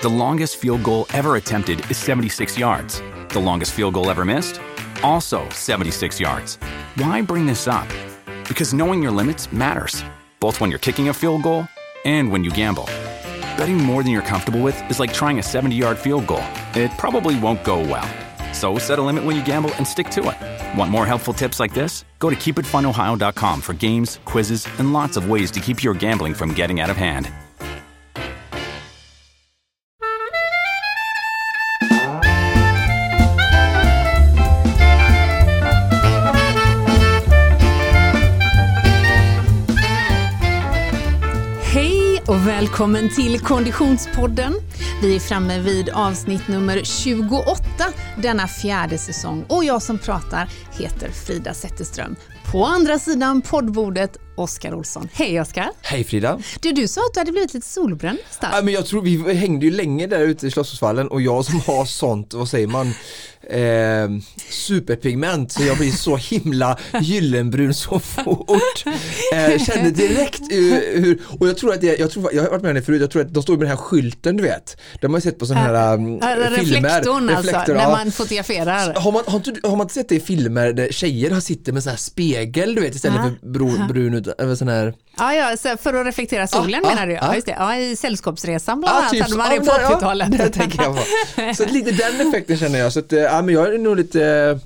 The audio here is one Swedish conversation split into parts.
The longest field goal ever attempted is 76 yards. The longest field goal ever missed? Also 76 yards. Why bring this up? Because knowing your limits matters, both when you're kicking a field goal and when you gamble. Betting more than you're comfortable with is like trying a 70-yard field goal. It probably won't go well. So set a limit when you gamble and stick to it. Want more helpful tips like this? Go to keepitfunohio.com for games, quizzes, and lots of ways to keep your gambling from getting out of hand. Och välkommen till Konditionspodden. Vi är framme vid avsnitt nummer 28 denna 4:e säsong. Och jag som pratar heter Frida Zetterström. På andra sidan poddbordet Oskar Olsson. Hej Oskar. Hej Frida. Du sa att du hade blivit lite solbränd. Ja, men jag tror vi hängde ju länge där ute i Slottsvallen och jag som har sånt, vad säger man, superpigment, så jag blir så himla gyllenbrun så fort. Kände direkt hur, och jag tror att jag har varit med henne förut, jag tror att de står med den här skylten, du vet. De har sett på sådana här filmer. Reflektorn alltså, när man fotograferar. Har man inte sett det i filmer där tjejer sitter med sån här spegel, du vet, istället för brun ut, över sån här. Ja, för att reflektera solen menar du? Ja, just det. Ja, i Sällskapsresan bland annat hade man det på 80-talet. Det tänker jag på. Så lite den effekten känner jag. Så att, men jag är nog lite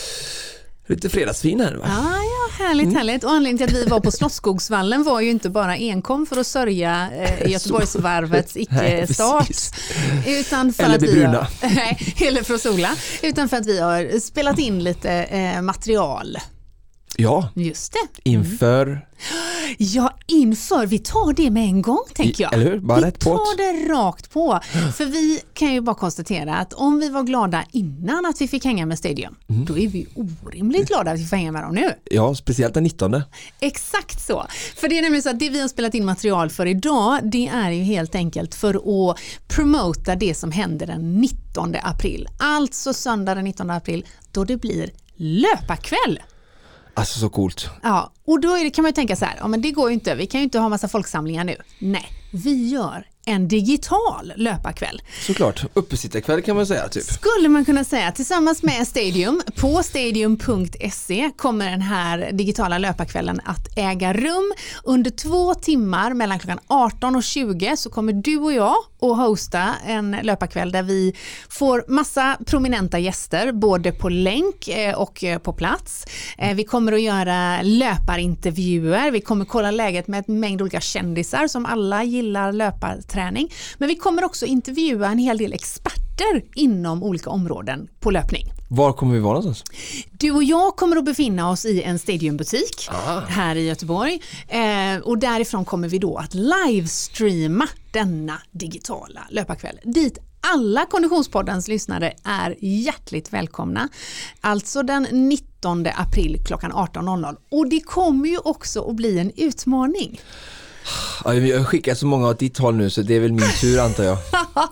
fredagsfin här, va? Ja, härligt. Och anledningen till att vi var på Slottsskogsvallen var ju inte bara enkom för att sörja Göteborgsvarvets icke-start. Utan för eller att det bruna. Eller för att sola. Utan för att vi har spelat in lite material. Ja, just det. Inför? Ja, inför. Vi tar det med en gång, tänker jag. Eller hur? Bara rätt på. Vi tar det rakt på. För vi kan ju bara konstatera att om vi var glada innan att vi fick hänga med Stadium, då är vi orimligt glada att vi får hänga med dem nu. Ja, speciellt den 19. Exakt så. För det är nämligen så att det vi har spelat in material för idag, det är ju helt enkelt för att promota det som händer den 19 april. Alltså söndag den 19 april, då det blir löparkväll. Alltså så coolt. Ja, och då kan man ju tänka så här, ja men det går ju inte, vi kan ju inte ha massa folksamlingar nu. Nej, vi gör en digital löparkväll. Såklart, uppesittarkväll kan man säga typ. Skulle man kunna säga, tillsammans med Stadium. På stadium.se kommer den här digitala löparkvällen att äga rum. Under 2 timmar mellan klockan 18 och 20 så kommer du och jag att hosta en löparkväll där vi får massa prominenta gäster, både på länk och på plats. Vi kommer att göra löparintervjuer, vi kommer kolla läget med en mängd olika kändisar som alla gillar löparträning. Men vi kommer också intervjua en hel del experter inom olika områden på löpning. Var kommer vi vara någonstans? Du och jag kommer att befinna oss i en Stadiumbutik här i Göteborg. Och därifrån kommer vi då att livestreama denna digitala löparkväll. Dit alla Konditionspoddens lyssnare är hjärtligt välkomna. Alltså den 19 april klockan 18.00. Och det kommer ju också att bli en utmaning. Ja, jag har skickat så många åt ditt håll nu så det är väl min tur, antar jag.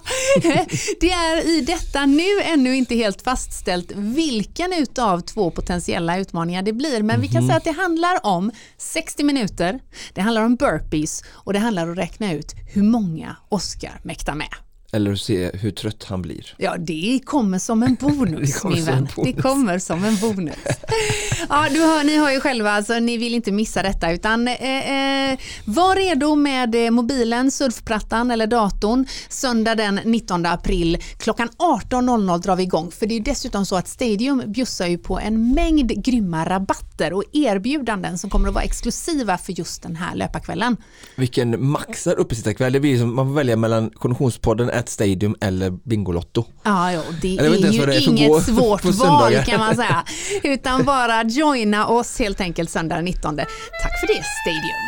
Det är i detta nu ännu inte helt fastställt vilken utav 2 potentiella utmaningar det blir. Men vi kan säga att det handlar om 60 minuter, det handlar om burpees och det handlar om att räkna ut hur många Oskar mäktar med. Eller se hur trött han blir. Ja, det kommer som en bonus, min vän. Det kommer som en bonus. Ja, ni hör ju själva, alltså, ni vill inte missa detta. Utan var redo med mobilen, surfplattan eller datorn. Söndag den 19 april klockan 18.00 drar vi igång. För det är dessutom så att Stadium bjussar ju på en mängd grymma rabatter och erbjudanden som kommer att vara exklusiva för just den här löparkvällen. Vilken maxad uppesittarkväll. Det blir som man får välja mellan Konditionspodden, Stadium eller Bingolotto. Ja, det är ju inget svårt val kan man säga. Utan bara joina oss helt enkelt söndag 19. Tack för det, Stadium.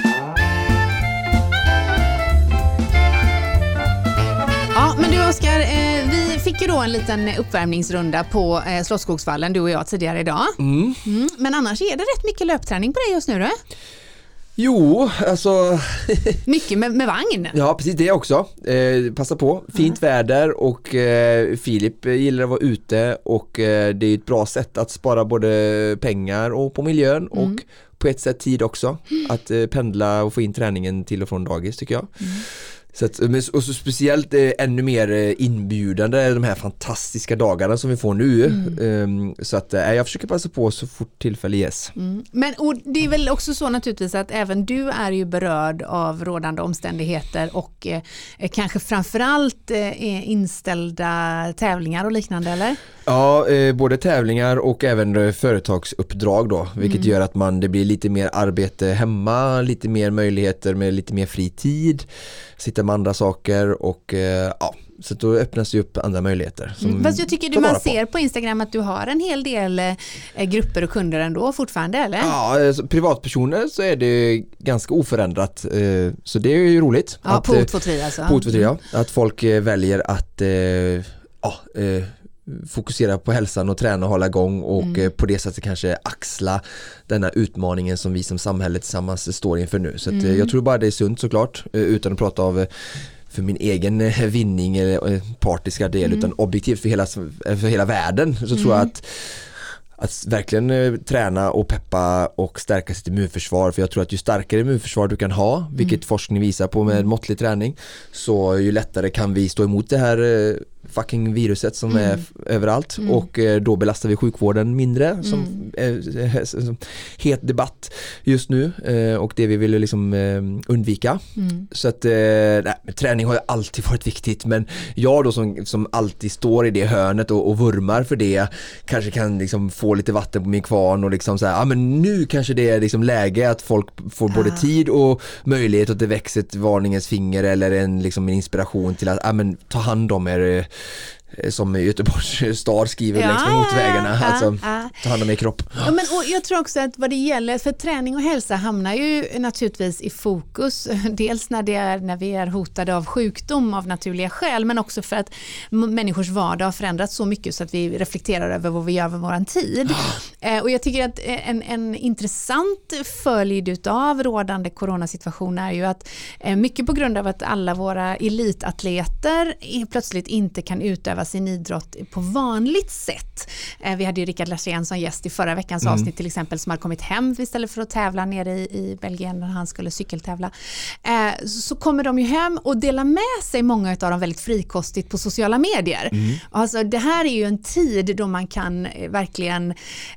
Ja, men du Oskar, vi fick ju då en liten uppvärmningsrunda på Slottsskogsvallen, du och jag tidigare idag. Men annars är det rätt mycket löpträning på dig just nu, då? Jo, alltså... Mycket med vagn. Ja, precis det också. Passa på. Fint väder och Filip gillar att vara ute och det är ett bra sätt att spara både pengar och på miljön och på ett sätt tid också. Att pendla och få in träningen till och från dagis tycker jag. Så att, och så speciellt ännu mer inbjudande de här fantastiska dagarna som vi får nu. Så att jag försöker passa på så fort tillfälle ges. Men och det är väl också så naturligtvis att även du är ju berörd av rådande omständigheter och kanske framförallt inställda tävlingar och liknande, eller? Ja, både tävlingar och även företagsuppdrag då, vilket gör att det blir lite mer arbete hemma, lite mer möjligheter med lite mer fri tid, sitta med andra saker och så då öppnas det upp andra möjligheter. Fast jag tycker man ser på Instagram att du har en hel del grupper och kunder ändå fortfarande, eller? Ja, privatpersoner så är det ganska oförändrat, så det är ju roligt. Ja, på O2 alltså. På O2, ja. Att folk väljer att fokusera på hälsan och träna och hålla igång och på det sättet kanske axla denna utmaningen som vi som samhälle tillsammans står inför nu. Så att, jag tror bara det är sunt såklart, utan att prata av för min egen vinning eller partiska del, utan objektivt för hela världen, så tror jag att verkligen träna och peppa och stärka sitt immunförsvar, för jag tror att ju starkare immunförsvar du kan ha, vilket forskning visar på med måttlig träning, så ju lättare kan vi stå emot det här fucking viruset som är överallt och då belastar vi sjukvården mindre som het debatt just nu och det vi vill liksom undvika. Så att träning har ju alltid varit viktigt, men jag då som alltid står i det hörnet och vurmar för det, kanske kan liksom få lite vatten på min kvarn och liksom så här, men nu kanske det är liksom läge att folk får både tid och möjlighet att det växer ett varningens finger eller en inspiration till att ta hand om er, som Göteborgs stad skriver längs med motorvägarna, ta hand om er kropp. Ja, men, och jag tror också att vad det gäller, för träning och hälsa hamnar ju naturligtvis i fokus, dels när vi är hotade av sjukdom av naturliga skäl, men också för att människors vardag har förändrats så mycket så att vi reflekterar över vad vi gör med våran tid. Och jag tycker att en intressant följd av rådande coronasituation är ju att mycket på grund av att alla våra elitatleter plötsligt inte kan utöva sin idrott på vanligt sätt. Vi hade ju Rickard Larsén som gäst i förra veckans avsnitt till exempel, som hade kommit hem istället för att tävla nere i Belgien när han skulle cykeltävla. Så kommer de ju hem och delar med sig många av dem väldigt frikostigt på sociala medier. Alltså det här är ju en tid då man kan verkligen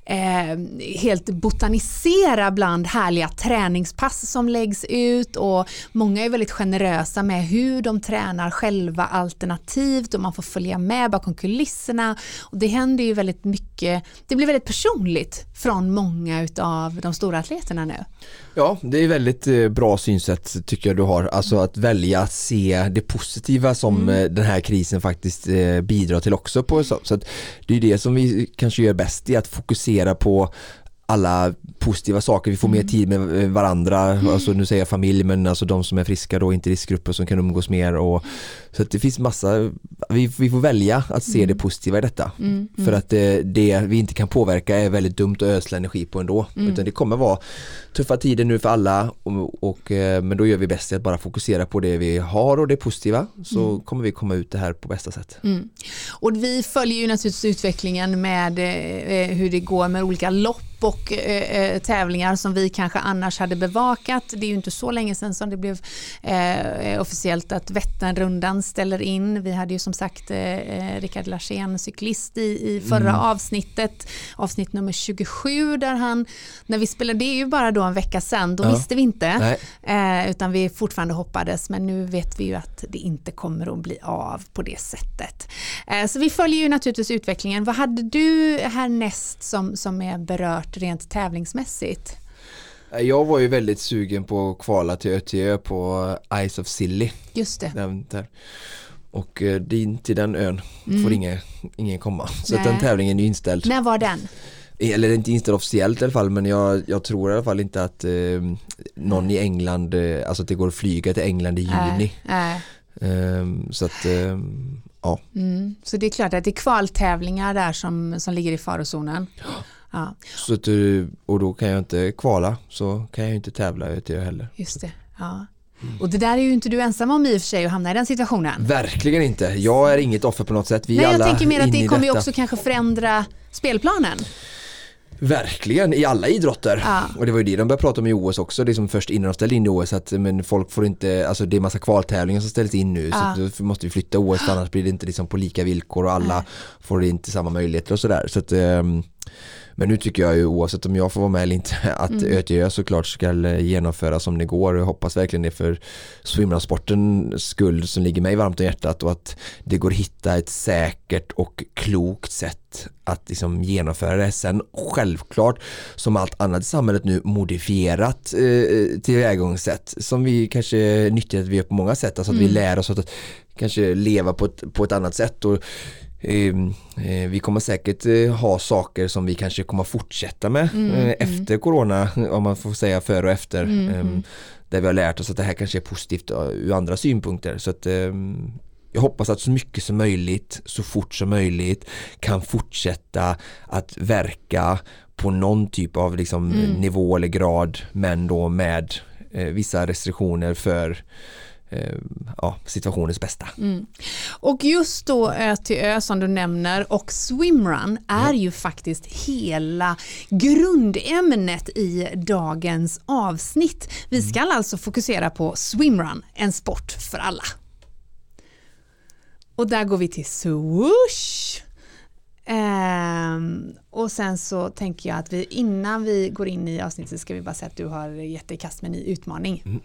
helt botanisera bland härliga träningspass som läggs ut, och många är väldigt generösa med hur de tränar själva alternativt och man får följa med bakom kulisserna, och det händer ju väldigt mycket, det blir väldigt personligt från många av de stora atleterna nu. Ja, det är väldigt bra synsätt tycker jag du har, alltså att välja att se det positiva som den här krisen faktiskt bidrar till också på, så att det är det som vi kanske gör bäst, i att fokusera på alla positiva saker. Vi får mer tid med varandra, alltså nu säger jag familj, men alltså de som är friska då, inte riskgrupper som kan umgås mer, och så att det finns massa, vi får välja att se det positiva i detta, för att det vi inte kan påverka är väldigt dumt att ösla energi på ändå, utan det kommer vara tuffa tider nu för alla, men då gör vi bäst att bara fokusera på det vi har och det positiva, så kommer vi komma ut det här på bästa sätt. Och vi följer ju naturligtvis utvecklingen med hur det går med olika lopp och tävlingar som vi kanske annars hade bevakat. Det är ju inte så länge sedan som det blev officiellt att Vätternrundan ställer in. Vi hade ju som sagt Rickard Larsén, cyklist i förra avsnittet, avsnitt nummer 27, där han, när vi spelade, det är ju bara då en vecka sedan, då visste vi inte, utan vi fortfarande hoppades, men nu vet vi ju att det inte kommer att bli av på det sättet. Så vi följer ju naturligtvis utvecklingen. Vad hade du härnäst som är berört rent tävlingsmässigt? Jag var ju väldigt sugen på att kvala till ÖTÖ på Ice of Scilly. Just det. Där. Och till den ön får ingen komma. Så att den tävlingen är ju inställd. När var den? Eller inte inställd officiellt i alla fall, men jag tror i alla fall inte att någon i England, alltså att det går att flyga till England i juni. Så att ja. Så det är klart att det är kvaltävlingar där som ligger i farozonen. Ja. Så att, och då kan jag inte kvala, så kan jag inte tävla ute heller. Just det, ja. Och det där är ju inte du ensam om i och för sig att hamna i den situationen. Verkligen inte. Jag är inget offer på något sätt. Jag tänker mer att det kommer ju också kanske förändra spelplanen. Verkligen, i alla idrotter. Och det var ju det de började prata om i OS också. Det är som först innan de ställde in i OS att men folk får inte, alltså det är massa kvaltävlingar som ställs in nu så då måste vi flytta OS för annars blir det inte liksom på lika villkor och alla får inte samma möjligheter och sådär. Så att, men nu tycker jag ju oavsett om jag får vara med eller inte att ÖTÖ såklart ska genomföra som det går och jag hoppas verkligen det för swimrunsportens skull som ligger mig varmt om hjärtat och att det går att hitta ett säkert och klokt sätt att liksom genomföra det. Sen självklart som allt annat i samhället nu modifierat tillvägagångssätt som vi kanske nyttjar att vi gör på många sätt, alltså att vi lär oss att kanske leva på ett annat sätt och vi kommer säkert ha saker som vi kanske kommer fortsätta med efter corona, om man får säga före och efter där vi har lärt oss att det här kanske är positivt ur andra synpunkter så att jag hoppas att så mycket som möjligt så fort som möjligt kan fortsätta att verka på någon typ av liksom nivå eller grad men då med vissa restriktioner för situationens bästa. Och just då ÖTÖ som du nämner och swimrun är ju faktiskt hela grundämnet i dagens avsnitt. Vi ska alltså fokusera på swimrun, en sport för alla. Och där går vi till swoosh. Och sen så tänker jag att innan vi går in i avsnittet ska vi bara säga att du har gett dig i kast med en ny utmaning.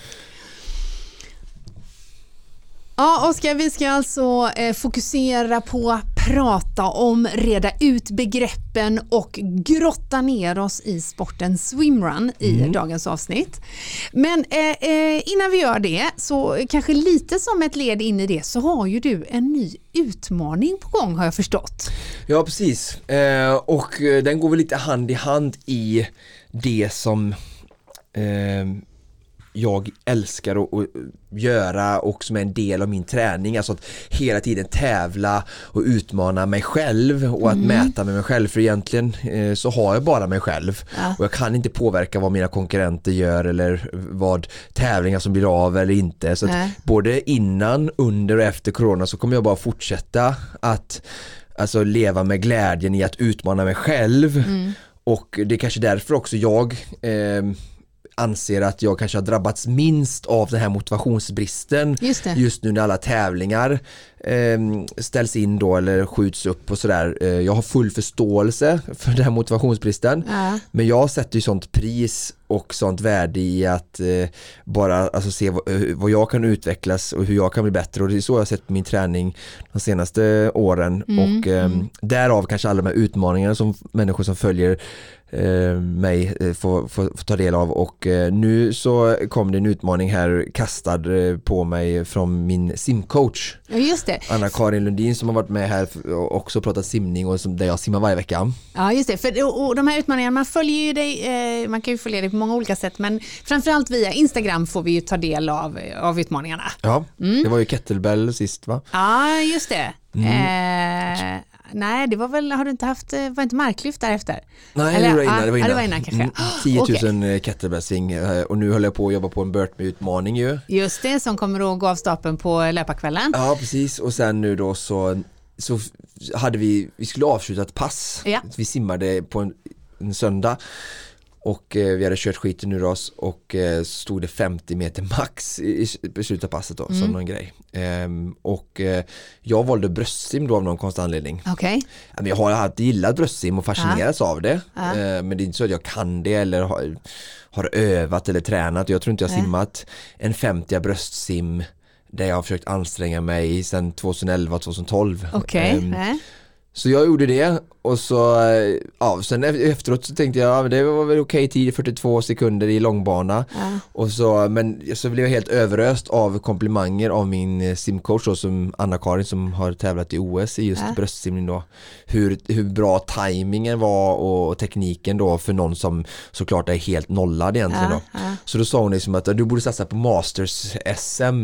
Ja, Oskar, vi ska alltså fokusera på prata om, reda ut begreppen och grotta ner oss i sporten swimrun i dagens avsnitt. Men innan vi gör det så kanske lite som ett led in i det så har ju du en ny utmaning på gång har jag förstått. Ja, precis. Och den går väl lite hand i hand i det som jag älskar att göra och som är en del av min träning, alltså att hela tiden tävla och utmana mig själv och att mäta med mig själv, för egentligen så har jag bara mig själv och jag kan inte påverka vad mina konkurrenter gör eller vad tävlingar som blir av eller inte, så att både innan, under och efter corona så kommer jag bara fortsätta att alltså leva med glädjen i att utmana mig själv och det är kanske därför också jag anser att jag kanske har drabbats minst av den här motivationsbristen just nu när alla tävlingar ställs in då eller skjuts upp och sådär. Jag har full förståelse för den här motivationsbristen men jag sätter ju sånt pris och sånt värde i att bara alltså se vad jag kan utvecklas och hur jag kan bli bättre, och det är så jag har sett min träning de senaste åren och därav kanske alla de här utmaningarna som människor som följer mig får ta del av, och nu så kom det en utmaning här kastad på mig från min simcoach. Ja, just det. Anna-Karin Lundin som har varit med här och också pratat simning och där jag simmar varje vecka. Ja, just det. Och de här utmaningarna, man följer ju dig, man kan ju följa dig på många olika sätt, men framförallt via Instagram får vi ju ta del av utmaningarna. Ja, det var ju kettlebell sist, va? Ja, just det. Nej, det var väl, har du inte haft, var inte marklyft därefter? Nej, eller, det var innan kanske. 10 000 kettlebellsving och nu håller jag på att jobba på en Burpee-utmaning ju. Just det, som kommer att gå av stapeln på löparkvällen. Ja, precis. Och sen nu då så hade vi skulle avsluta ett pass. Ja. Vi simmade på en söndag. Och vi hade kört skiten nu då och stod det 50 meter max i slutet av passet då, som någon grej. Och jag valde bröstsim då av någon konstig anledning. Okay. Jag har alltid gillat bröstsim och fascinerats av det. Men det är inte så att jag kan det eller har övat eller tränat. Jag tror inte jag har simmat en 50 bröstsim där jag har försökt anstränga mig sedan 2011-2012. Okej. Så jag gjorde det och så sen efteråt så tänkte jag det var väl okej tid, 42 sekunder i långbana och så, men så blev jag helt överöst av komplimanger av min simcoach då, som Anna-Karin som har tävlat i OS i just bröstsimning då, hur bra tajmingen var och tekniken då för någon som såklart är helt nollad egentligen då. Så då sa hon liksom att du borde satsa på Masters SM.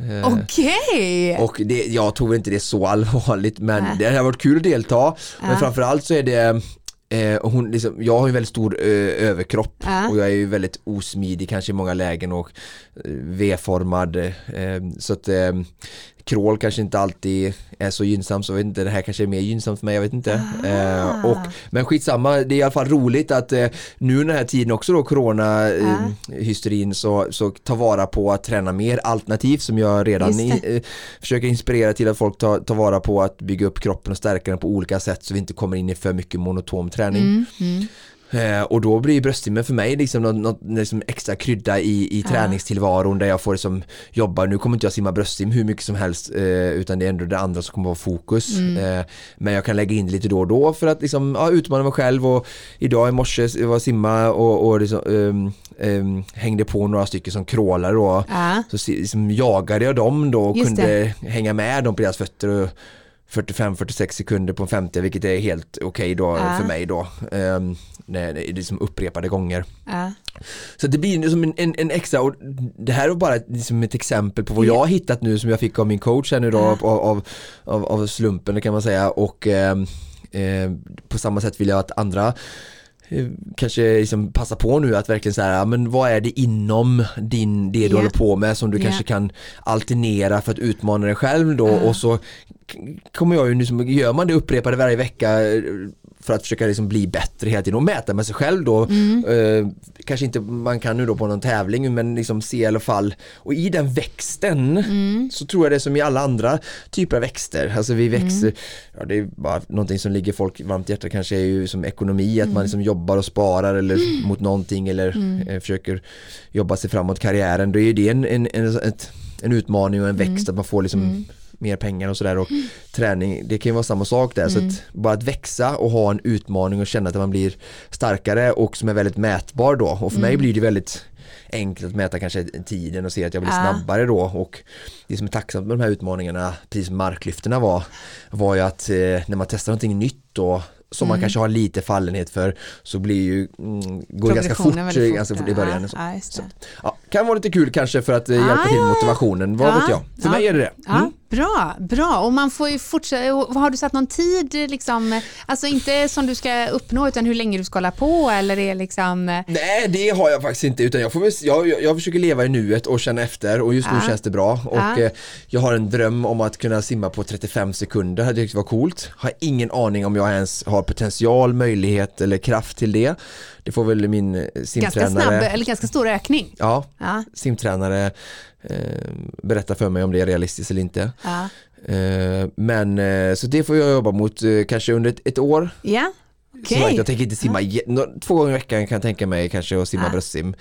Okej. Och jag tror inte det är så allvarligt, men det har varit kul att delta. Men framförallt så är det hon liksom, jag har ju väldigt stor överkropp och jag är ju väldigt osmidig kanske i många lägen och V-formad så att crawl kanske inte alltid är så gynnsamt, så jag vet inte, det här kanske är mer gynnsamt för mig, jag vet inte. Men skitsamma, det är i alla fall roligt att nu den här tiden också då, corona-hysterin, så ta vara på att träna mer alternativt, som jag redan försöker inspirera till att folk tar vara på att bygga upp kroppen och stärka den på olika sätt, så vi inte kommer in i för mycket monoton träning. Och då blir bröstsimmen för mig liksom något liksom extra krydda i träningstillvaron, där jag får liksom jobba. Nu kommer inte jag simma bröstsim hur mycket som helst, utan det är ändå det andra som kommer vara fokus. Men jag kan lägga in det lite då och då för att liksom, utmana mig själv. Och idag i morse var simma och liksom, hängde på några stycken som crawlade då. Så liksom jagade jag dem då och kunde hänga med dem på deras fötter och 45-46 sekunder på en 50, vilket är helt okej då för mig då. Det är liksom upprepade gånger. Så det blir som en extra, och det här är bara liksom ett exempel på vad jag har hittat nu, som jag fick av min coach här nu då, av slumpen kan man säga, och på samma sätt vill jag att andra kanske liksom passa på nu att verkligen så här, men vad är det inom det du håller på med som du kanske kan alternera för att utmana dig själv då, och så kommer jag ju nu, som gör man det upprepade varje vecka för att försöka liksom bli bättre hela tiden och mäta med sig själv då. Kanske inte man kan nu då på någon tävling, men liksom se i alla fall, och i den växten så tror jag det är som i alla andra typer av växter, alltså vi växer, det är bara någonting som ligger folk varmt hjärta, kanske är ju som ekonomi, att man liksom jobbar och sparar eller mot någonting, eller försöker jobba sig framåt karriären, då är det en utmaning och en växt, att man får liksom mer pengar och sådär, och träning, det kan ju vara samma sak där, så att bara att växa och ha en utmaning och känna att man blir starkare och som är väldigt mätbar då, och för mig blir det väldigt enkelt att mäta kanske tiden och se att jag blir snabbare då, och det som är tacksamt med de här utmaningarna, precis som marklyfterna var ju att när man testar någonting nytt då, som man kanske har lite fallenhet för, så blir ju går ganska fort i början. Så, kan vara lite kul kanske för att hjälpa till motivationen. Vad vet jag? För mig är det det. Bra. Och man får ju fortsätta. Har du satt någon tid liksom, alltså inte som du ska uppnå, utan hur länge du ska hålla på, eller är liksom... Nej, det har jag faktiskt inte, utan jag försöker leva i nuet och känna efter, och just nu känns det bra, och jag har en dröm om att kunna simma på 35 sekunder. Det hade tyckt var coolt. Har ingen aning om jag ens har potential, möjlighet eller kraft till det. Det får väl min simtränare... Ganska snabb eller ganska stor ökning. Ja. Simtränare berätta för mig om det är realistiskt eller inte. Men så det får jag jobba mot kanske under ett år. Ja. Okay. Så jag tänker inte simma 2 gånger i veckan, kan jag tänka mig kanske att simma bröstsim.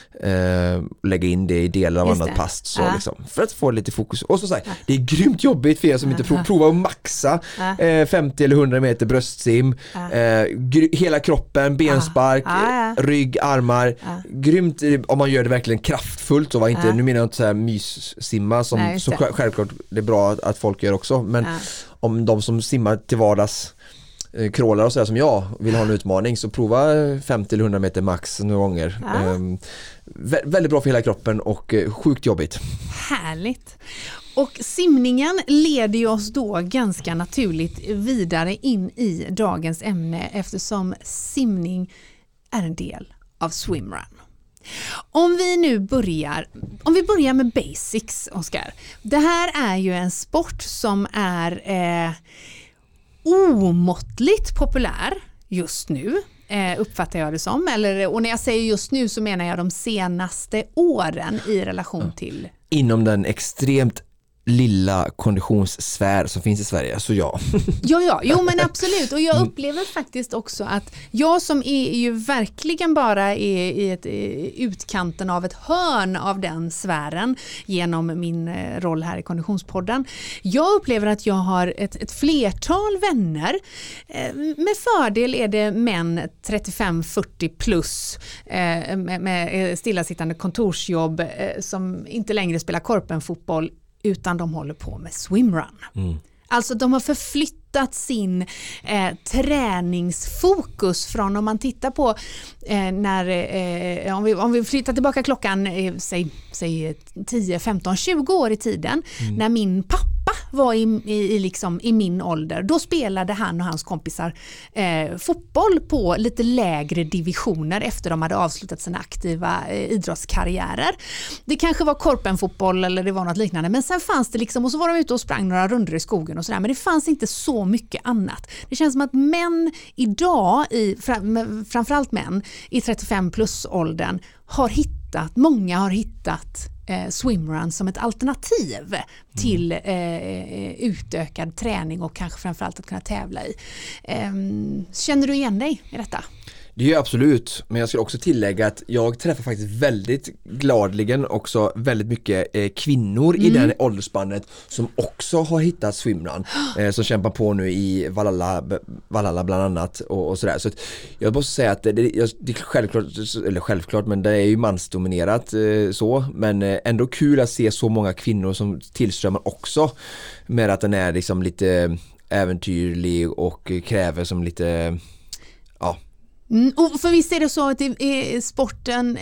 Lägga in det i delar av annat pass så liksom, för att få lite fokus. Och så säger det är grymt jobbigt för er som inte provar att maxa 50 eller 100 meter bröstsim. Hela kroppen, benspark, rygg, armar. Grymt om man gör det verkligen kraftfullt, och var inte, nu menar jag inte så här myssimma som självklart det är bra att folk gör också, men om de som simmar till vardags crawlar och sådär som jag vill ha en utmaning, så prova 50 eller 100 meter max några gånger. Väldigt bra för hela kroppen och sjukt jobbigt. Härligt. Och simningen leder ju oss då ganska naturligt vidare in i dagens ämne, eftersom simning är en del av swimrun. Om vi börjar med basics, Oskar. Det här är ju en sport som är omåttligt populär just nu, uppfattar jag det som. Och när jag säger just nu så menar jag de senaste åren i relation till... Inom den extremt lilla konditionssfär som finns i Sverige, så ja. Jo men absolut, och jag upplever faktiskt också att jag som är ju verkligen bara i utkanten av ett hörn av den sfären genom min roll här i Konditionspodden, jag upplever att jag har ett flertal vänner, med fördel är det män 35-40 plus med stillasittande kontorsjobb som inte längre spelar korpenfotboll, utan de håller på med swimrun. Alltså de har förflyttat sin träningsfokus från, om man tittar på om vi flyttar tillbaka klockan säg 10, 15, 20 år i tiden, när min pappa var i min ålder. Då spelade han och hans kompisar fotboll på lite lägre divisioner efter de hade avslutat sina aktiva idrottskarriärer. Det kanske var korpenfotboll eller det var något liknande, men sen fanns det liksom, och så var de ute och sprang några runder i skogen och sådär, men det fanns inte så mycket annat. Det känns som att män idag, framförallt män i 35-plus-åldern många har hittat swimrun som ett alternativ till utökad träning och kanske framförallt att kunna tävla i. Känner du igen dig i detta? Det är ju absolut, men jag skulle också tillägga att jag träffar faktiskt väldigt gladligen också väldigt mycket kvinnor i den åldersspannet som också har hittat swimrun, som kämpar på nu i Valhalla bland annat och sådär. Så att jag måste säga att det är självklart, men det är ju mansdominerat så, men ändå kul att se så många kvinnor som tillströmmar också, med att den är liksom lite äventyrlig och kräver som lite, ja. Och för visst är det så att sporten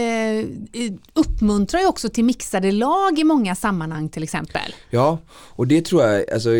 uppmuntrar ju också till mixade lag i många sammanhang till exempel. Ja, och det tror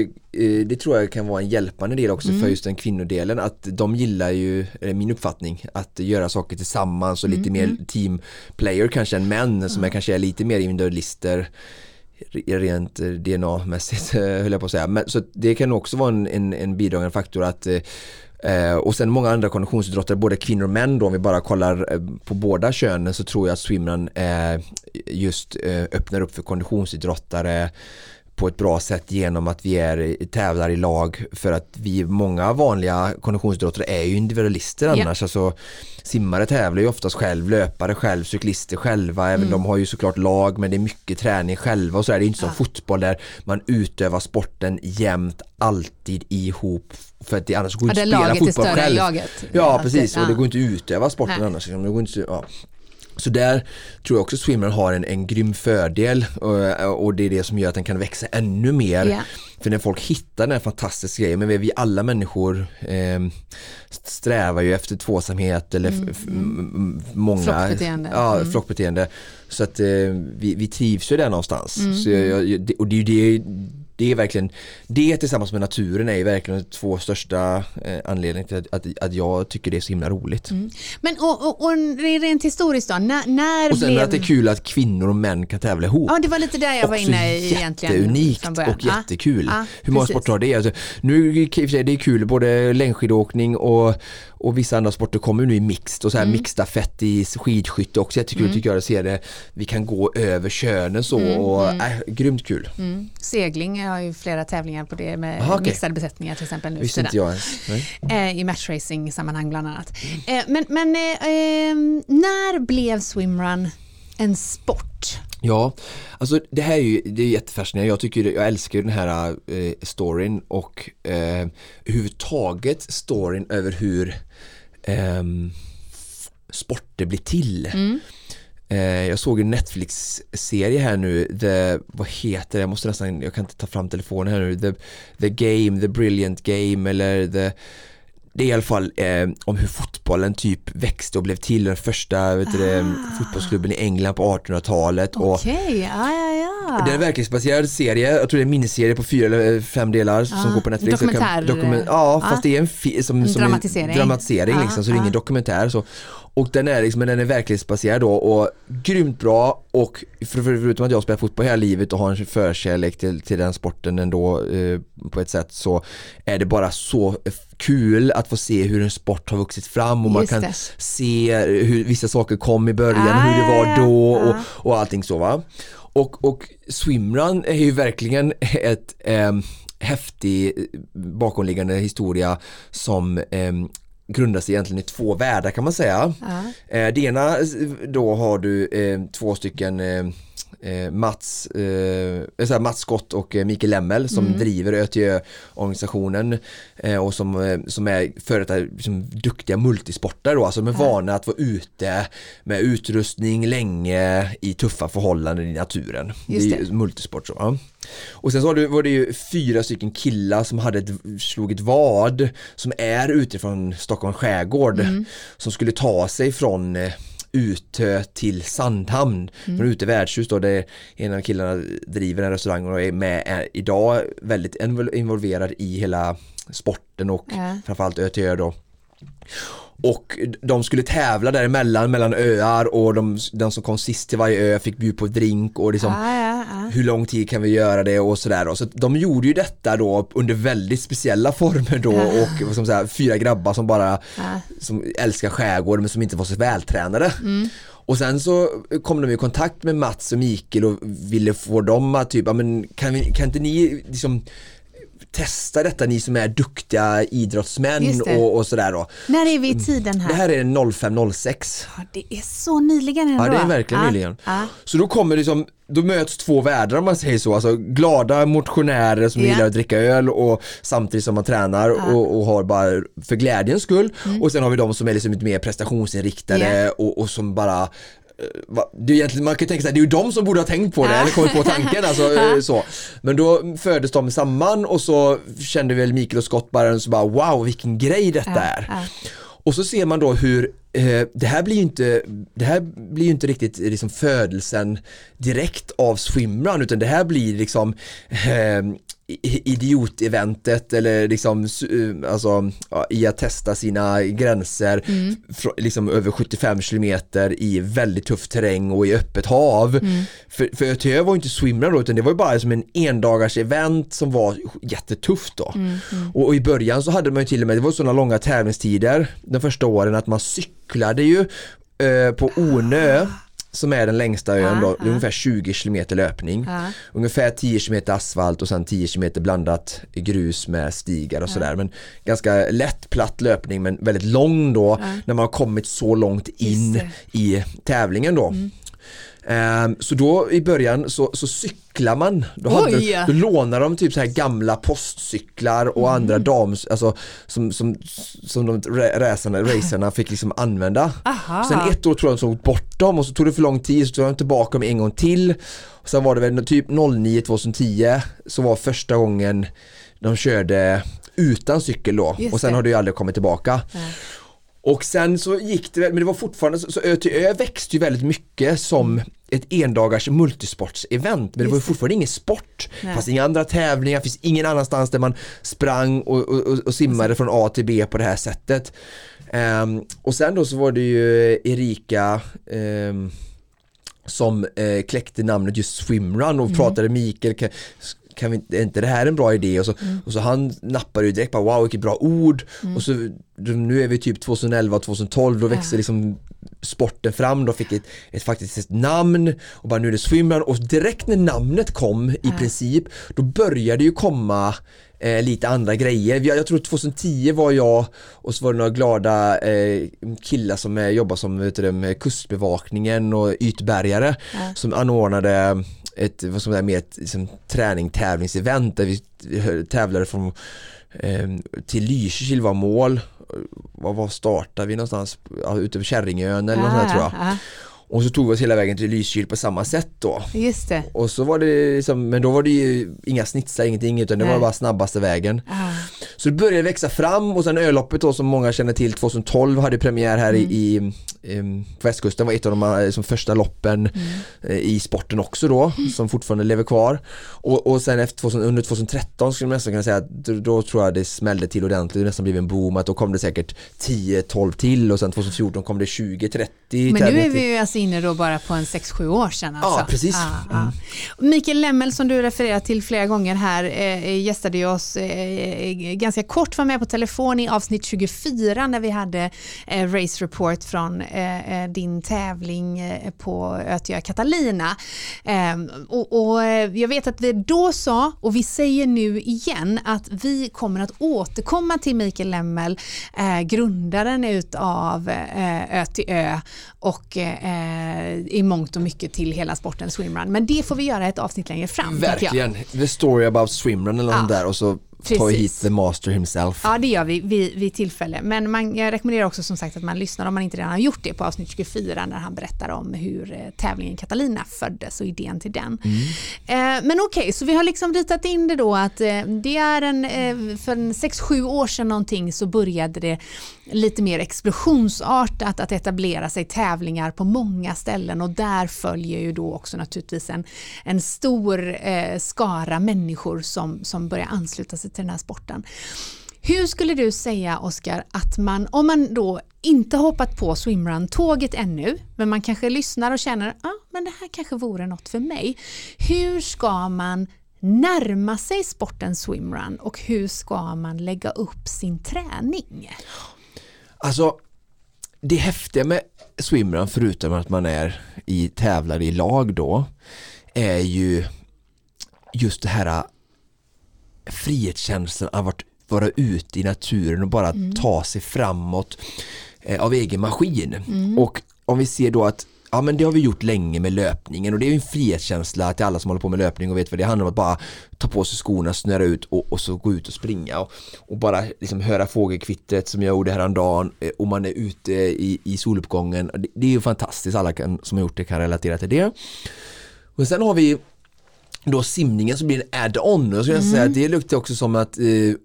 jag kan vara en hjälpande del också för just den kvinnodelen, att de gillar ju, min uppfattning, att göra saker tillsammans och lite mer teamplayer kanske än män som kanske är lite mer individualister rent DNA-mässigt höll jag på att säga. Men, så det kan också vara en bidragande faktor att och sen många andra konditionsidrottare, både kvinnor och män då, om vi bara kollar på båda könen, så tror jag att swimrun just öppnar upp för konditionsidrottare på ett bra sätt genom att vi tävlar i lag, för att många vanliga konditionsidrottare är ju individualister annars. Alltså simmare tävlar ju oftast själv, löpare själv, cyklister själva, även de har ju såklart lag, men det är mycket träning själva och så är det inte som fotboll där man utövar sporten jämt alltid ihop, för att det annars går inte att spela fotboll själv. Laget. Ja, precis, och det går inte att utöva sporten annars. Det går inte, Så där tror jag också swimrun har en grym fördel, och det är det som gör att den kan växa ännu mer. För när folk hittar den här fantastiska grejen, men vi alla människor strävar ju efter tvåsamhet eller många flockbeteende. Så att vi trivs ju där någonstans. Så och det är ju det är verkligen, det tillsammans med naturen är ju verkligen de två största anledningarna till att jag tycker det är så himla roligt. Men och rent historiskt då, när och sen att det är kul att kvinnor och män kan tävla ihop. Ja, det var lite där jag var inne i egentligen. Jätteunikt och jättekul. Hur många sporter har det? Alltså, nu det är kul, både längdskidåkning och vissa andra sporter kommer nu i mixed och så här mixstafett i skidskytte också. Jag tycker jag ser det. Vi kan gå över könen så och grymt kul. Segling, jag har ju flera tävlingar på det med mixade besättningar till exempel nu. Visste inte jag i matchracing sammanhang bland annat. Men när blev swimrun en sport? Ja, alltså det är jättefascinerande. Jag älskar den här storyn och överhuvudtaget storyn över hur sporter blir till. Jag såg en Netflix-serie här nu, vad heter det? Jag kan inte ta fram telefonen här nu. The Game, The Brilliant Game, eller det är i alla fall om hur fotbollen typ växte och blev till, den första fotbollsklubben i England på 1800-talet. Okej, Det är en verklighetsbaserad serie. Jag tror det är en miniserie på 4 eller 5 delar som går på Netflix. Fast det är en dramatisering liksom, så det är ingen dokumentär så. Och den är verklighetsbaserad då, och grymt bra, och förutom att jag spelar fotboll hela livet och har en förkärlek till den sporten ändå på ett sätt, så är det bara så kul att få se hur en sport har vuxit fram, och man kan se hur vissa saker kom i början, hur det var då och allting så, va? Och swimrun är ju verkligen ett häftig bakomliggande historia som grundar sig egentligen i 2 världar kan man säga. Det ena då har du 2 stycken Mats Scott och Mikael Lemmel som driver ÖTÖ-organisationen och som är företag som duktiga multisportare då, alltså de är vana att vara ute med utrustning länge i tuffa förhållanden i naturen. Just det. Det är multisport så, ja. Och sen så var det ju 4 stycken killar som slog ett vad som är utifrån Stockholms skärgård som skulle ta sig från Utö till Sandhamn. Från Utö värdshus då, det en av killarna driver en restaurang och är med idag väldigt involverad i hela sporten och framförallt Ö då. Och de skulle tävla däremellan mellan öar och de som kom sist till varje ö fick bjuda på drink och liksom hur lång tid kan vi göra det och sådär då. Så de gjorde ju detta då under väldigt speciella former då och vad ska man säga, 4 grabbar som bara som älskar skärgården men som inte var så vältränade. Och sen så kom de i kontakt med Mats och Mikael och ville få dem att typ, men kan inte ni liksom testa detta, ni som är duktiga idrottsmän och sådär då. När är vi i tiden här? Det här är 05-06. Ja, det är så nyligen ändå. Ja, det är verkligen nyligen. Så då kommer liksom, då möts 2 världar om man säger så, alltså glada motionärer som gillar att dricka öl och samtidigt som man tränar och har bara för glädjens skull. Och sen har vi de som är liksom lite mer prestationsinriktade och som bara det är egentligen, man kan tänka sig att det är ju de som borde ha tänkt på det eller kommit på tanken alltså, så. Men då föddes de samman och så kände väl Mikael och Scott bara så bara wow vilken grej detta är. Och så ser man då hur det här blir ju inte riktigt liksom födelsen direkt av swimrun utan det här blir liksom idioteventet eller liksom alltså i att testa sina gränser liksom över 75 kilometer i väldigt tuff terräng och i öppet hav. För Ötö var ju inte swimrun då utan det var ju bara som en endagars event som var jättetufft då. Och i början så hade man ju till och med, det var sådana långa tävlingstider de första åren att man cyklade ju på Ornö som är den längsta ön då, ungefär 20 kilometer löpning. Ungefär 10 kilometer asfalt och sen 10 kilometer blandat grus med stigar och sådär. Men ganska lätt platt löpning men väldigt lång då när man har kommit så långt in i tävlingen då. Så då i början så cyklar man då lånar de typ så här gamla postcyklar och andra alltså som de racerna fick liksom använda. Sen ett år tror jag de såg bort dem och så tog det för lång tid så tog de tillbaka dem en gång till och sen var det väl typ 09-2010 så var första gången de körde utan cykel då och sen har det ju aldrig kommit tillbaka. Och sen så gick det, men det var fortfarande så Ö till Ö växte ju väldigt mycket som ett endagars multisportsevent, men det var ju fortfarande ingen sport. Det fanns inga andra tävlingar, det finns ingen annanstans där man sprang och simmade från A till B på det här sättet. Och sen då så var det ju Erika som kläckte namnet just Swimrun och pratade Mikael kan vi inte det här är en bra idé och så han nappade ju direkt på wow vilket bra ord och så nu är vi typ 2011-2012 då växer liksom sporten fram då fick faktiskt ett namn och bara nu är det Swimrun och direkt när namnet kom i princip då började ju komma lite andra grejer. Jag tror 2010 var jag och så var det några glada killar som jobbar som med kustbevakningen och ytbergare som anordnade ett liksom, tävlingsevent där vi tävlade från till Lysekil var mål. Var startade vi någonstans ute på Kärringön eller något sånt tror jag. Och så tog vi oss hela vägen till Lysekil på samma sätt då. Just det. Och så var det liksom, men då var det ju inga snitsar, ingenting utan det var bara snabbaste vägen. Så det började växa fram och sen öloppet då som många känner till 2012 hade premiär här i på västkusten var ett av de som första loppen i sporten också då som fortfarande lever kvar. Och sen efter under 2013 skulle man nästan kunna säga att då tror jag det smällde till ordentligt, det nästan blev en boom att då kom det säkert 10-12 till och sen 2014 kom det 20-30. Men nu är vi ju alltså inne då bara på en 6-7 år sedan alltså. Ja, precis. Mikael Lemmel som du refererar till flera gånger här gästade ju oss ganska kort var med på telefon i avsnitt 24 när vi hade Race Report från din tävling på Ötö Catalina. Och jag vet att vi då sa och vi säger nu igen att vi kommer att återkomma till Mikael Lemmel, grundaren utav Ötö och i mångt och mycket till hela sporten swimrun. Men det får vi göra ett avsnitt längre fram. Verkligen. The story about swimrun eller något där och så ta hit the master himself. Ja, det gör vi vid tillfälle. Men jag rekommenderar också som sagt att man lyssnar om man inte redan har gjort det på avsnitt 24 när han berättar om hur tävlingen Catalina föddes och idén till den. Men okej, så vi har liksom ritat in det då att det är för 6-7 år sedan någonting så började det lite mer explosionsartat att etablera sig tävlingar på många ställen och där följer ju då också naturligtvis en stor skara människor som börjar ansluta sig till den här sporten. Hur skulle du säga, Oskar, att om man då inte hoppat på swimrun-tåget ännu, men man kanske lyssnar och känner men det här kanske vore något för mig. Hur ska man närma sig sporten swimrun och hur ska man lägga upp sin träning? Alltså, det häftiga med swimrun, förutom att man tävlar i lag då, är ju just det här frihetskänslan av att vara ute i naturen och bara ta sig framåt av egen maskin. Och om vi ser då att men det har vi gjort länge med löpningen och det är ju en frihetskänsla till alla som håller på med löpning och vet vad det handlar om, att bara ta på sig skorna, snöra ut och så gå ut och springa och bara liksom höra fågelkvittret som jag gjorde häromdagen och man är ute i soluppgången. Det är ju fantastiskt, alla som har gjort det kan relatera till det. Och sen har vi då simningen som blir en add-on och så jag säga att det luktar också som att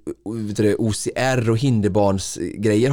OCR och hinderbarnsgrejer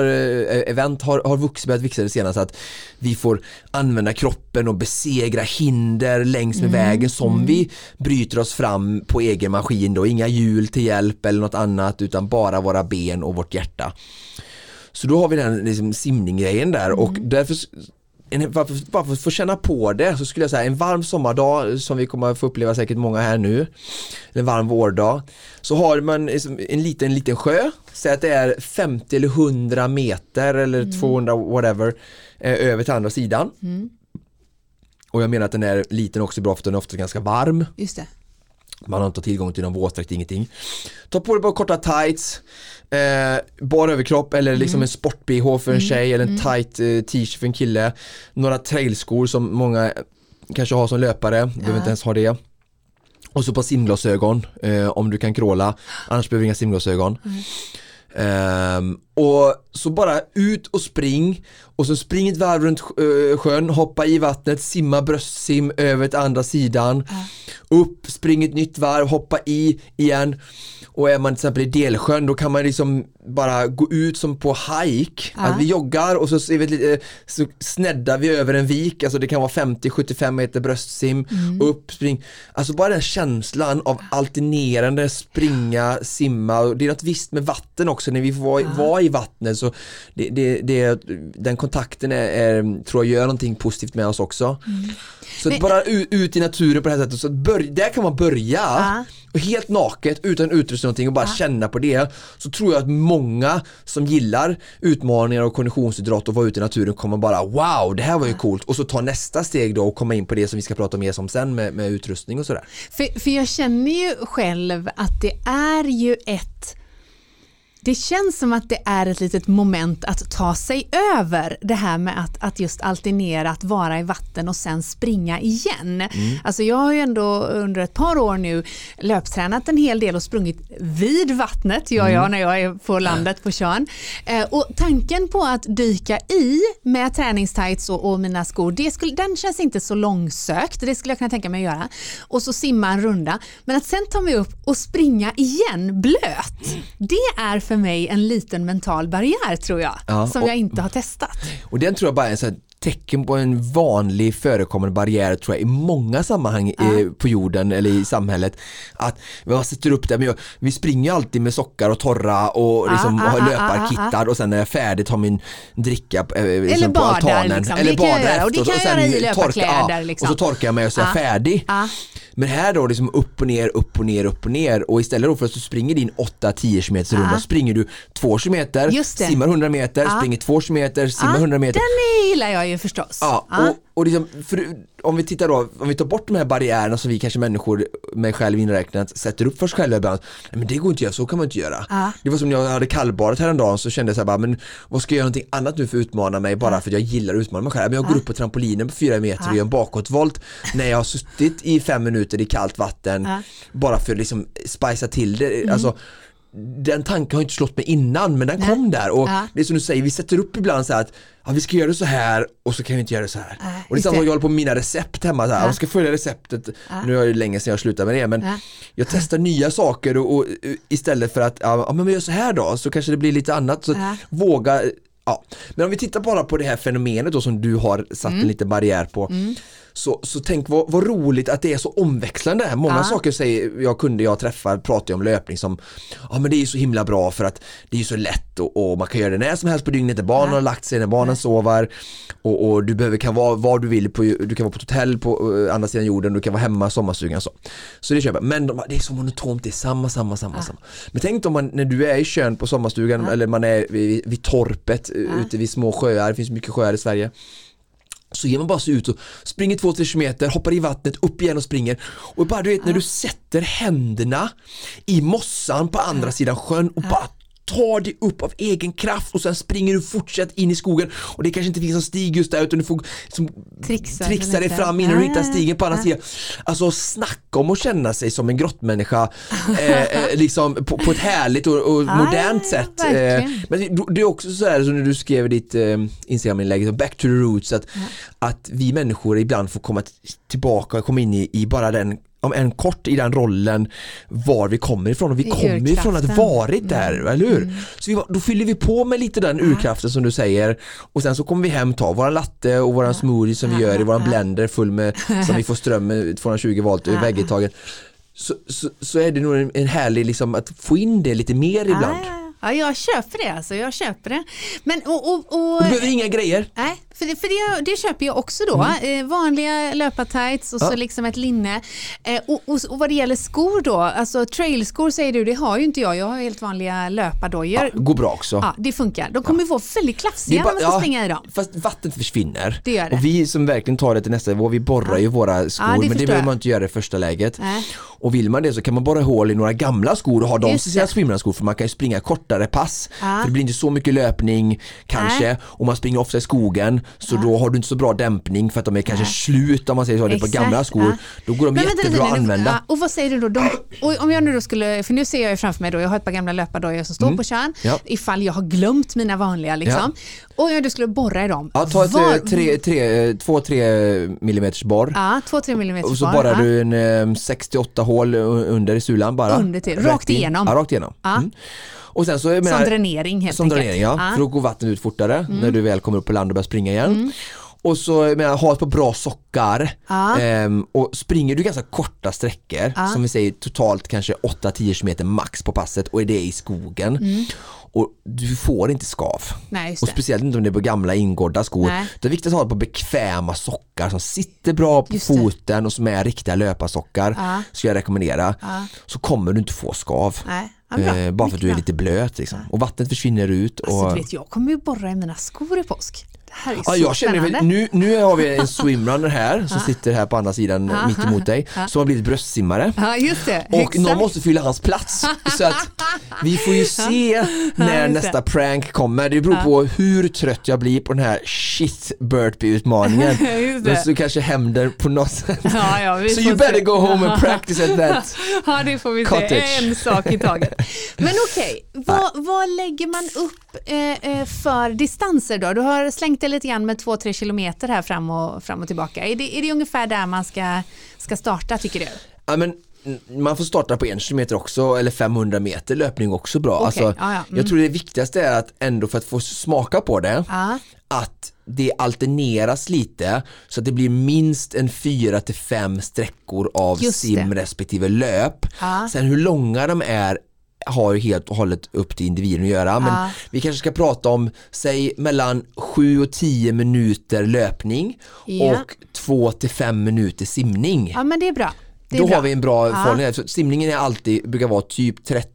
har vuxit det senast, att vi får använda kroppen och besegra hinder längs med vägen som vi bryter oss fram på egen maskin då, inga hjul till hjälp eller något annat utan bara våra ben och vårt hjärta. Så då har vi den liksom simninggrejen där och därför bara för att få känna på det så skulle jag säga en varm sommardag som vi kommer att få uppleva säkert många här nu, en varm vårdag, så har man en liten sjö, säg att det är 50 eller 100 meter eller 200 whatever över till andra sidan. Och jag menar att den är liten också bra för att den är ofta ganska varm. Just det. Man har inte tillgång till någon våtdräkt, ingenting. Ta på dig bara korta tights, bara överkropp eller liksom en sport-BH för en tjej eller en tight t-shirt för en kille. Några trailskor som många kanske har som löpare, behöver inte ens ha det. Och så på simglasögon om du kan crawla, annars behöver du inga simglasögon. Och så bara ut och spring och så spring ett varv runt sjön, hoppa i vattnet, simma bröstsim över till andra sidan, upp, spring ett nytt varv, hoppa i igen. Och är man till exempel i Delsjön då kan man liksom bara gå ut som på hike, att vi joggar och så sneddar vi över en vik, alltså det kan vara 50-75 meter bröstsim, upp, spring, alltså bara den känslan av alternerande springa, simma, och det är något visst med vatten också när vi får vara i vattnet, så den kontakten tror jag gör någonting positivt med oss också. Så bara ut i naturen på det här sättet, så där kan man börja och helt naket utan utrustning någonting och bara känna på det, så tror jag att många som gillar utmaningar och konditionsidrott och vara ute i naturen kommer bara wow, det här var ju coolt, och så ta nästa steg då och komma in på det som vi ska prata mer om sen med utrustning och sådär. För jag känner ju själv att det är ju det känns som att det är ett litet moment att ta sig över det här med att just alternera, att vara i vatten och sen springa igen. Alltså jag har ju ändå under ett par år nu löptränat en hel del och sprungit vid vattnet, när jag är på landet på Tjörn. Och tanken på att dyka i med träningstights och mina skor, den känns inte så långsökt, det skulle jag kunna tänka mig att göra. Och så simma en runda. Men att sen ta mig upp och springa igen blöt, det är för mig en liten mental barriär, tror jag, som jag inte har testat. Och den tror jag bara är en sån här tecken på en vanlig förekommande barriär, tror jag, i många sammanhang på jorden eller i samhället, att man sätter upp det, men vi springer alltid med sockar och torra och liksom har löparkittar och sen när jag är färdig tar min dricka eller på altanen liksom. Eller badar efter, och det kan jag göra i löparkläder liksom. Och så torkar jag mig och så är jag färdig. Men här då liksom upp och ner, upp och ner, upp och ner, och istället då för att du springer din 8-10 km runda, springer du 2 km, simmar 100 meter, springer 2 km, simmar 100 meter. Den gillar jag ju. ju förstås. Ja, och liksom, om vi tittar då, om vi tar bort de här barriärerna som vi kanske människor med själv inräknat sätter upp för oss själva ibland. Men det går inte att göra, så kan man inte göra. Det var som när jag hade kallbadet häromdagen, så kände jag så här bara, men vad ska jag göra någonting annat nu för att utmana mig bara för att jag gillar att utmana mig själv. Men jag går upp på trampolinen på 4 meter och gör en bakåtvolt när jag har suttit i 5 minuter i kallt vatten bara för att liksom spicea till det. Alltså, den tanken har inte slått mig innan, men den kom där, och det är som du säger, vi sätter upp ibland så här att vi ska göra det så här och så kan vi inte göra det så här. Och det är samma som jag håller på med mina recept hemma så här. Jag ska följa receptet. Nu är det länge sedan jag slutade med det, men jag testar nya saker och istället för att men vi gör så här då, så kanske det blir lite annat, så våga. Ja, men om vi tittar bara på det här fenomenet då som du har satt en liten barriär på, så tänk vad roligt att det är så omväxlande. Många saker säger jag träffar pratar om löpning som men det är ju så himla bra för att det är ju så lätt och man kan göra det när som helst på dygnet när barnen har lagt sig, när barnen sover, och du kan vara var du vill, du kan vara på ett hotell på andra sidan jorden, du kan vara hemma i sommarstugan så det köper. Men det är så monotont, det är samma. Men tänk om när du är i kön på sommarstugan eller man är vid torpet ute vid små sjöar, det finns mycket sjöar i Sverige, så ger man bara så ut och springer 2-3 kilometer, hoppar i vattnet, upp igen och springer. Och bara du vet, när du sätter händerna i mossan på andra sidan sjön och bara tar dig upp av egen kraft och sen springer du fortsatt in i skogen, och det kanske inte finns någon stig just där, utan du får trixa dig fram innan du hittar stigen på andra sidan. Alltså snacka om att känna sig som en grottmänniska liksom på ett härligt och modernt sätt. Men det är också så här som när du skrev ditt Instagram-inlägg, back to the roots, att vi människor ibland får komma tillbaka och komma in i bara den, om en kort i den rollen, var vi kommer ifrån, och vi kommer ifrån att varit där, eller hur? Så då fyller vi på med lite den urkraften som du säger, och sen så kommer vi hem, ta våra latte och våran smoothie som vi gör i våran blender full med, som vi får ström med 220 volt i väggetaget. Så är det nog en härlig liksom att få in det lite mer ibland. Ja, jag köper det alltså, Men du behöver inga grejer. Nej, för det köper jag också då. Vanliga löpartights och så liksom ett linne. Och vad det gäller skor då, alltså trailskor säger du, det har ju inte jag. Jag har helt vanliga löpardojor. Går bra också. Ja, det funkar. De kommer få väldigt klassiga när man ska springa i dem. Fast vattnet försvinner. Det gör det. Och vi som verkligen tar det till nästa nivå, vi borrar ju våra skor, men det behöver man inte göra i första läget. Och vill man det så kan man borra hål i några gamla skor och ha dem till sina swimrunskor, för man kan ju springa kortare pass. För det blir inte så mycket löpning kanske, och man springer ofta i skogen, så då har du inte så bra dämpning för att de är kanske slut, om man säger så, det är på gamla skor. Då går de jättebra att använda. Och vad säger du då? Och om jag nu då skulle, för nu ser jag ju framför mig då, jag har ett par gamla löpardojor som står på kärn, ifall jag har glömt mina vanliga liksom. Och jag skulle borra i dem. Ja, ta ett 2-3 millimeters borr. Ja, 2-3 millimeters borr. Och så borrar du en 68 hål under i sulan bara. Under till, rakt igenom. Ja, rakt igenom. Och sen så, som dränering helt enkelt. Som dränering, för då går vattnet ut fortare när du väl kommer upp på land och börjar springa igen. Och så ha ett par bra sockar. Och springer du ganska korta sträckor, som vi säger totalt kanske 8-10 km max på passet, och är det i skogen. Och du får inte skav. Nej, och speciellt inte om det är på gamla ingårdda skor. Det är viktigt att ha på bekväma sockar som sitter bra på foten och som är riktiga löparsockar. Ska jag rekommendera. Så kommer du inte få skav. Bara för att du är lite blöt liksom. Och vattnet försvinner ut. Alltså, du vet, jag kommer ju borra i mina skor i påsk. Jag känner, nu har vi en swimrunner här som sitter här på andra sidan mitt emot dig, som har blivit bröstsimmare. Just det, och exakt. Någon måste fylla hans plats, så att vi får ju se när nästa prank kommer. Det beror på hur trött jag blir på den här shit burpee-utmaningen. Så kanske händer på något sätt. So you better go home and practice at that. Ja, det får vi se. En sak i taget. Men okej, vad lägger man upp för distanser då? Du har slängt det lite grann med 2-3 kilometer här fram och tillbaka. Är det ungefär där man ska starta, tycker du? Ja, men man får starta på 1 kilometer också, eller 500 meter löpning också bra. Okay. Alltså, jag tror det viktigaste är att ändå, för att få smaka på det, att det alterneras lite, så att det blir minst en 4-5 sträckor av sim respektive löp. Sen hur långa de är har ju helt och hållet upp till individen att göra, men vi kanske ska prata om, säg mellan 7 och 10 minuter löpning och 2-5 minuter simning. Ja, men det är bra. Då har vi en bra förhållning. Så simningen brukar vara typ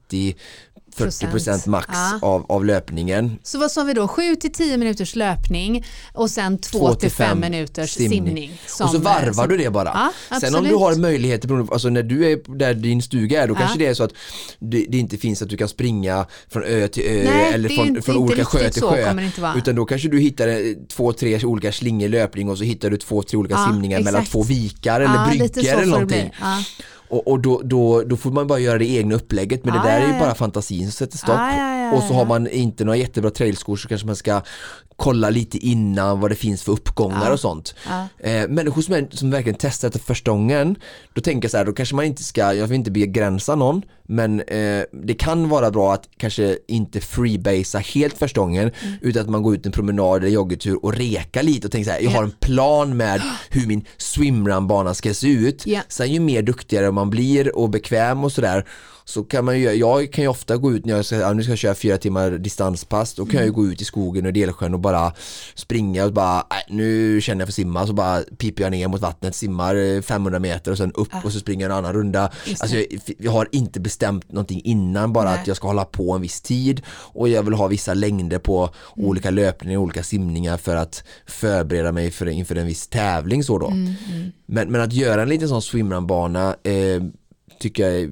30-40% max av löpningen. Så vad sa vi då? 7-10 minuters löpning och sen 2-5 minuters simning. Och så varvar du det bara. Sen om du har möjlighet, alltså när du är där din stuga är, då kanske det är så att det inte finns att du kan springa från ö till ö. Nej, eller från olika sjö till sjö. Utan då kanske du hittar 2-3 olika slingor löpning och så hittar du 2-3 olika simningar mellan 2 vikar eller bryggor eller någonting. Och då får man bara göra det egna upplägget, men det där är ju bara fantasin som sätter stopp. Och så har man inte några jättebra trailskor, så kanske man ska kolla lite innan vad det finns för uppgångar och sånt. Människor som verkligen testar det första gången, då tänker jag så här, då kanske man inte ska, jag vill inte begränsa någon, men det kan vara bra att kanske inte freebasea helt första gången, utan att man går ut en promenad eller joggetur och reka lite och tänker så här, jag har en plan med hur min swimrun-bana ska se ut. Sen ju mer duktigare man blir och bekväm och sådär, så kan man ju, jag kan ju ofta gå ut när nu ska jag köra 4 timmar distanspass, då kan jag ju gå ut i skogen och delsjön och bara springa och bara, nu känner jag för simma, så bara piper jag ner mot vattnet, simmar 500 meter och sen upp och så springer jag en annan runda. Alltså jag har inte bestämt någonting innan, bara att jag ska hålla på en viss tid och jag vill ha vissa längder på olika löpningar, olika simningar för att förbereda mig inför en viss tävling så då. Men att göra en liten sån swimrun-bana tycker jag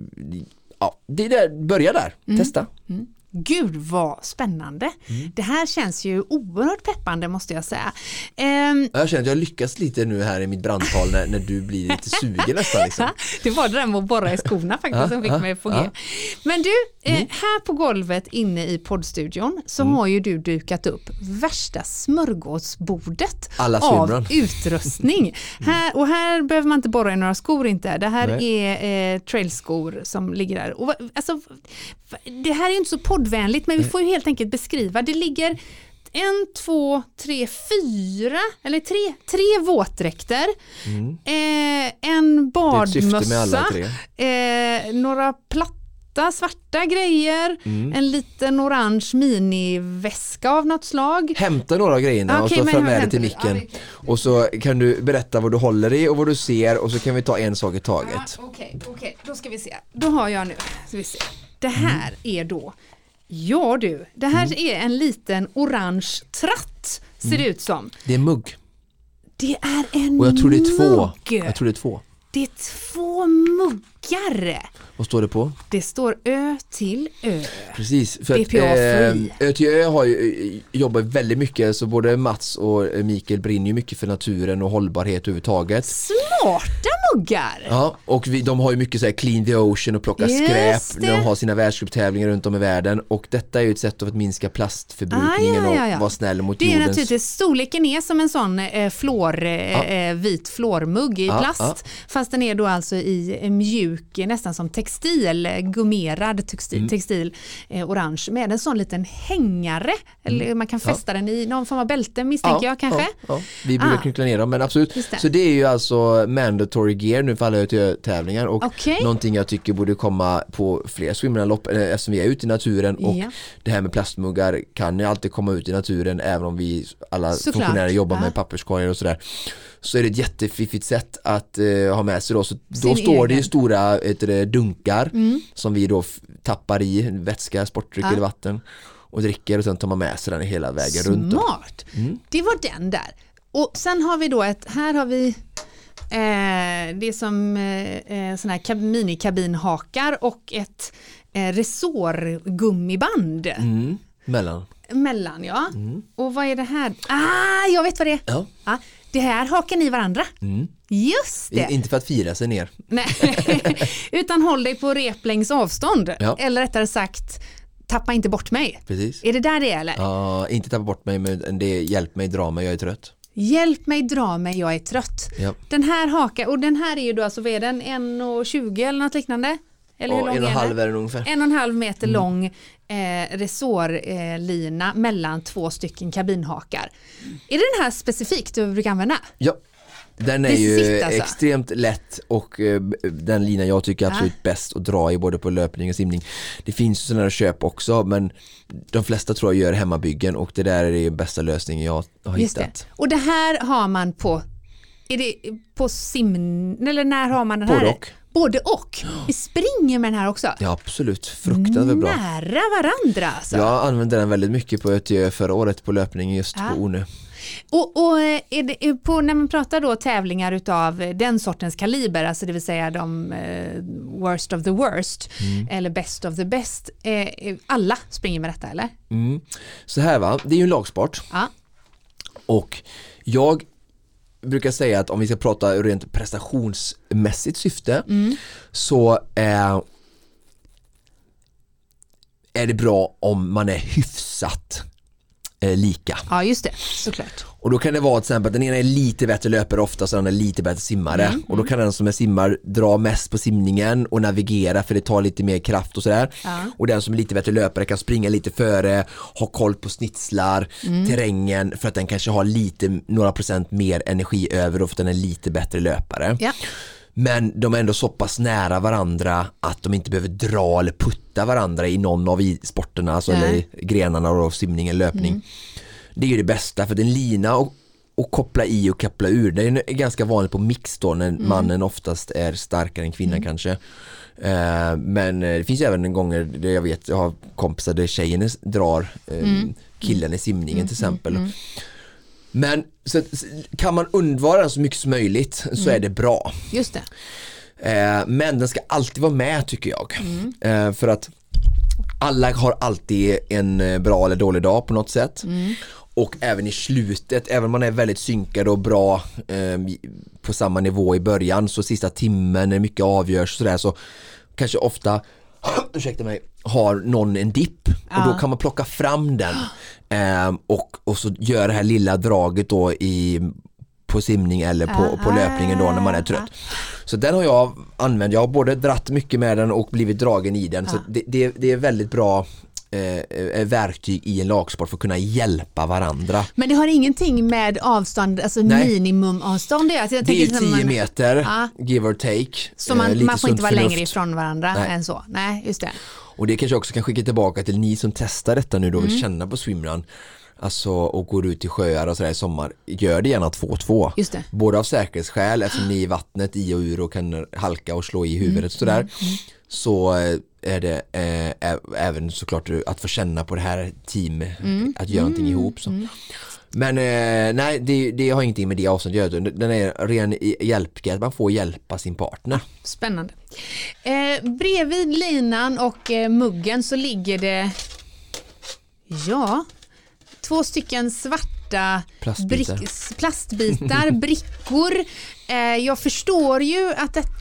det där, börja där, testa. Gud vad spännande. Det här känns ju oerhört peppande, måste jag säga. Jag känner att jag lyckas lite nu här i mitt brandtal när du blir lite sugen nästan. Liksom. Det var det där med att borra i skorna faktiskt som fick mig på G. Men du, här på golvet inne i poddstudion så har ju du dukat upp värsta smörgåsbordet av utrustning. Här behöver man inte borra i några skor inte. Det här är trailskor som ligger där. Och, alltså, det här är ju inte så poddvänligt, men vi får ju helt enkelt beskriva. Det ligger 1, 2, 3, 4 eller 3 våtdräkter, en badmössa, några platta svarta grejer, en liten orange miniväska av något slag. Hämta några av grejerna och så fram med det till micken. Och så kan du berätta vad du håller i och vad du ser, och så kan vi ta en sak i taget. Okej, då ska vi se. Då har jag nu, ska vi se. Det här är då, det här är en liten orange tratt, ser det ut som. Det är mugg. Det är en och jag tror det är 2. mugg. Jag tror det är 2. Det är 2 muggar. Vad står det på? Det står Ö till Ö. Precis, för Ö till Ö har ju jobbat väldigt mycket, så både Mats och Mikael brinner ju mycket för naturen och hållbarhet överhuvudtaget. Smarta muggar! Ja, och de har ju mycket så här clean the ocean och plocka skräp när de har sina världscuptävlingar runt om i världen, och detta är ju ett sätt att minska plastförbrukningen och vara snäll mot jordens. Det är naturligtvis, storleken är som en sån vit flormugg i plast, fast den är då alltså i mjuk, nästan som textil, gummerad textil, orange, med en sån liten hängare, eller man kan fästa den i någon form av bälte, misstänker jag kanske. Vi brukar knyckla ner dem, men absolut. Så det är ju alltså mandatory gear nu för alla tävlingar, och någonting jag tycker borde komma på fler swimrunlopp, eftersom vi är ute i naturen, och det här med plastmuggar kan ju alltid komma ut i naturen, även om vi alla funktionärer jobbar med papperskorgar och sådär. Så är det ett jättefiffigt sätt att ha med sig då. Så då står det ju stora dunkar som vi då tappar i vätska, sportdryck eller vatten och dricker, och sen tar man med sig den hela vägen runt. Smart! Det var den där. Och sen har vi då här har vi det är som såna här minikabinhakar och ett resårgummiband. Mellan, ja. Och vad är det här? Jag vet vad det är. Ja. Det här hakar ni varandra. Just det. Inte för att fira sig ner. Nej. Utan håll dig på replängds avstånd. Eller rättare sagt, tappa inte bort mig. Precis. Är det där det är, eller? Ja, inte tappa bort mig, men det hjälp mig, dra mig, jag är trött. Hjälp mig, dra mig, jag är trött. Den här hakar, och den här är ju då, alltså, vad är den? 1,20 eller något liknande? Eller hur lång är den? 1,5 är den ungefär. 1,5 meter lång resårlina mellan 2 stycken kabinhakar. Är det den här specifikt du brukar använda? Ja. Den är ju extremt lätt, och den linan jag tycker absolut bäst att dra i, både på löpning och simning. Det finns ju sådana här köp också, men de flesta tror jag gör hemmabyggen, och det där är den bästa lösningen jag har hittat. Och det här har man på Är det på eller när har man den här? Både och. Både och. Vi springer med den här också. Ja, absolut. Fruktansvärt bra. Nära varandra alltså. Jag använde den väldigt mycket på förra året på löpning just på Ornö. Och är det på, när man pratar då tävlingar utav den sortens kaliber, alltså det vill säga de worst of the worst eller best of the best, alla springer med detta eller? Så här va, det är ju en lagsport. Ja. Och jag brukar säga att om vi ska prata rent prestationsmässigt syfte så är det bra om man är hyfsat lika. Ja, just det, såklart. Och då kan det vara till exempel att den ena är lite bättre löpare ofta så den är lite bättre simmare. Och då kan den som är simmar dra mest på simningen och navigera för det tar lite mer kraft och sådär. Ja. Och den som är lite bättre löpare kan springa lite före, ha koll på snitslar, terrängen för att den kanske har några procent mer energi över och för att den är lite bättre löpare. Ja. Men de är ändå så pass nära varandra att de inte behöver dra eller putta varandra i någon av sporterna, alltså eller grenarna och simning eller löpning. Det är ju det bästa, för den lina och koppla i och koppla ur. Det är ganska vanligt på mix då när mannen oftast är starkare än kvinnan kanske. Men det finns även gånger där jag har kompisar där tjejen drar killen i simningen till exempel. Men så kan man undvara den så mycket som möjligt så är det bra. Just det. Men den ska alltid vara med tycker jag. För att alla har alltid en bra eller dålig dag på något sätt. Och även i slutet, även om man är väldigt synkad och bra på samma nivå i början, så sista timmen när mycket avgörs så kanske ofta har någon en dipp och då kan man plocka fram den och så gör det här lilla draget då på simning eller på löpningen då när man är trött. Så den har jag använt. Jag har både dratt mycket med den och blivit dragen i den. Så det är väldigt bra verktyg i en lagsport för att kunna hjälpa varandra. Men det har ingenting med avstånd, alltså minimumavstånd. Det är 10 meter, give or take. Så man får inte vara längre ifrån varandra än så. Nej, just det. Och det kanske också kan skicka tillbaka till ni som testar detta nu då vill känna på swimrun. Alltså, och går ut i sjöar och sådär i sommar, gör det gärna 2-2. Just det. Både av säkerhetsskäl, eftersom ni är i vattnet i och ur och kan halka och slå i huvudet och sådär. Så är det även såklart att få känna på det här team att göra någonting ihop. Så. Men nej, det har ingenting med det avståndet att göra. Den är ren hjälp, att man får hjälpa sin partner. Spännande. Bredvid linan och muggen så ligger det 2 stycken svarta plastbitar, brickor. Jag förstår ju att detta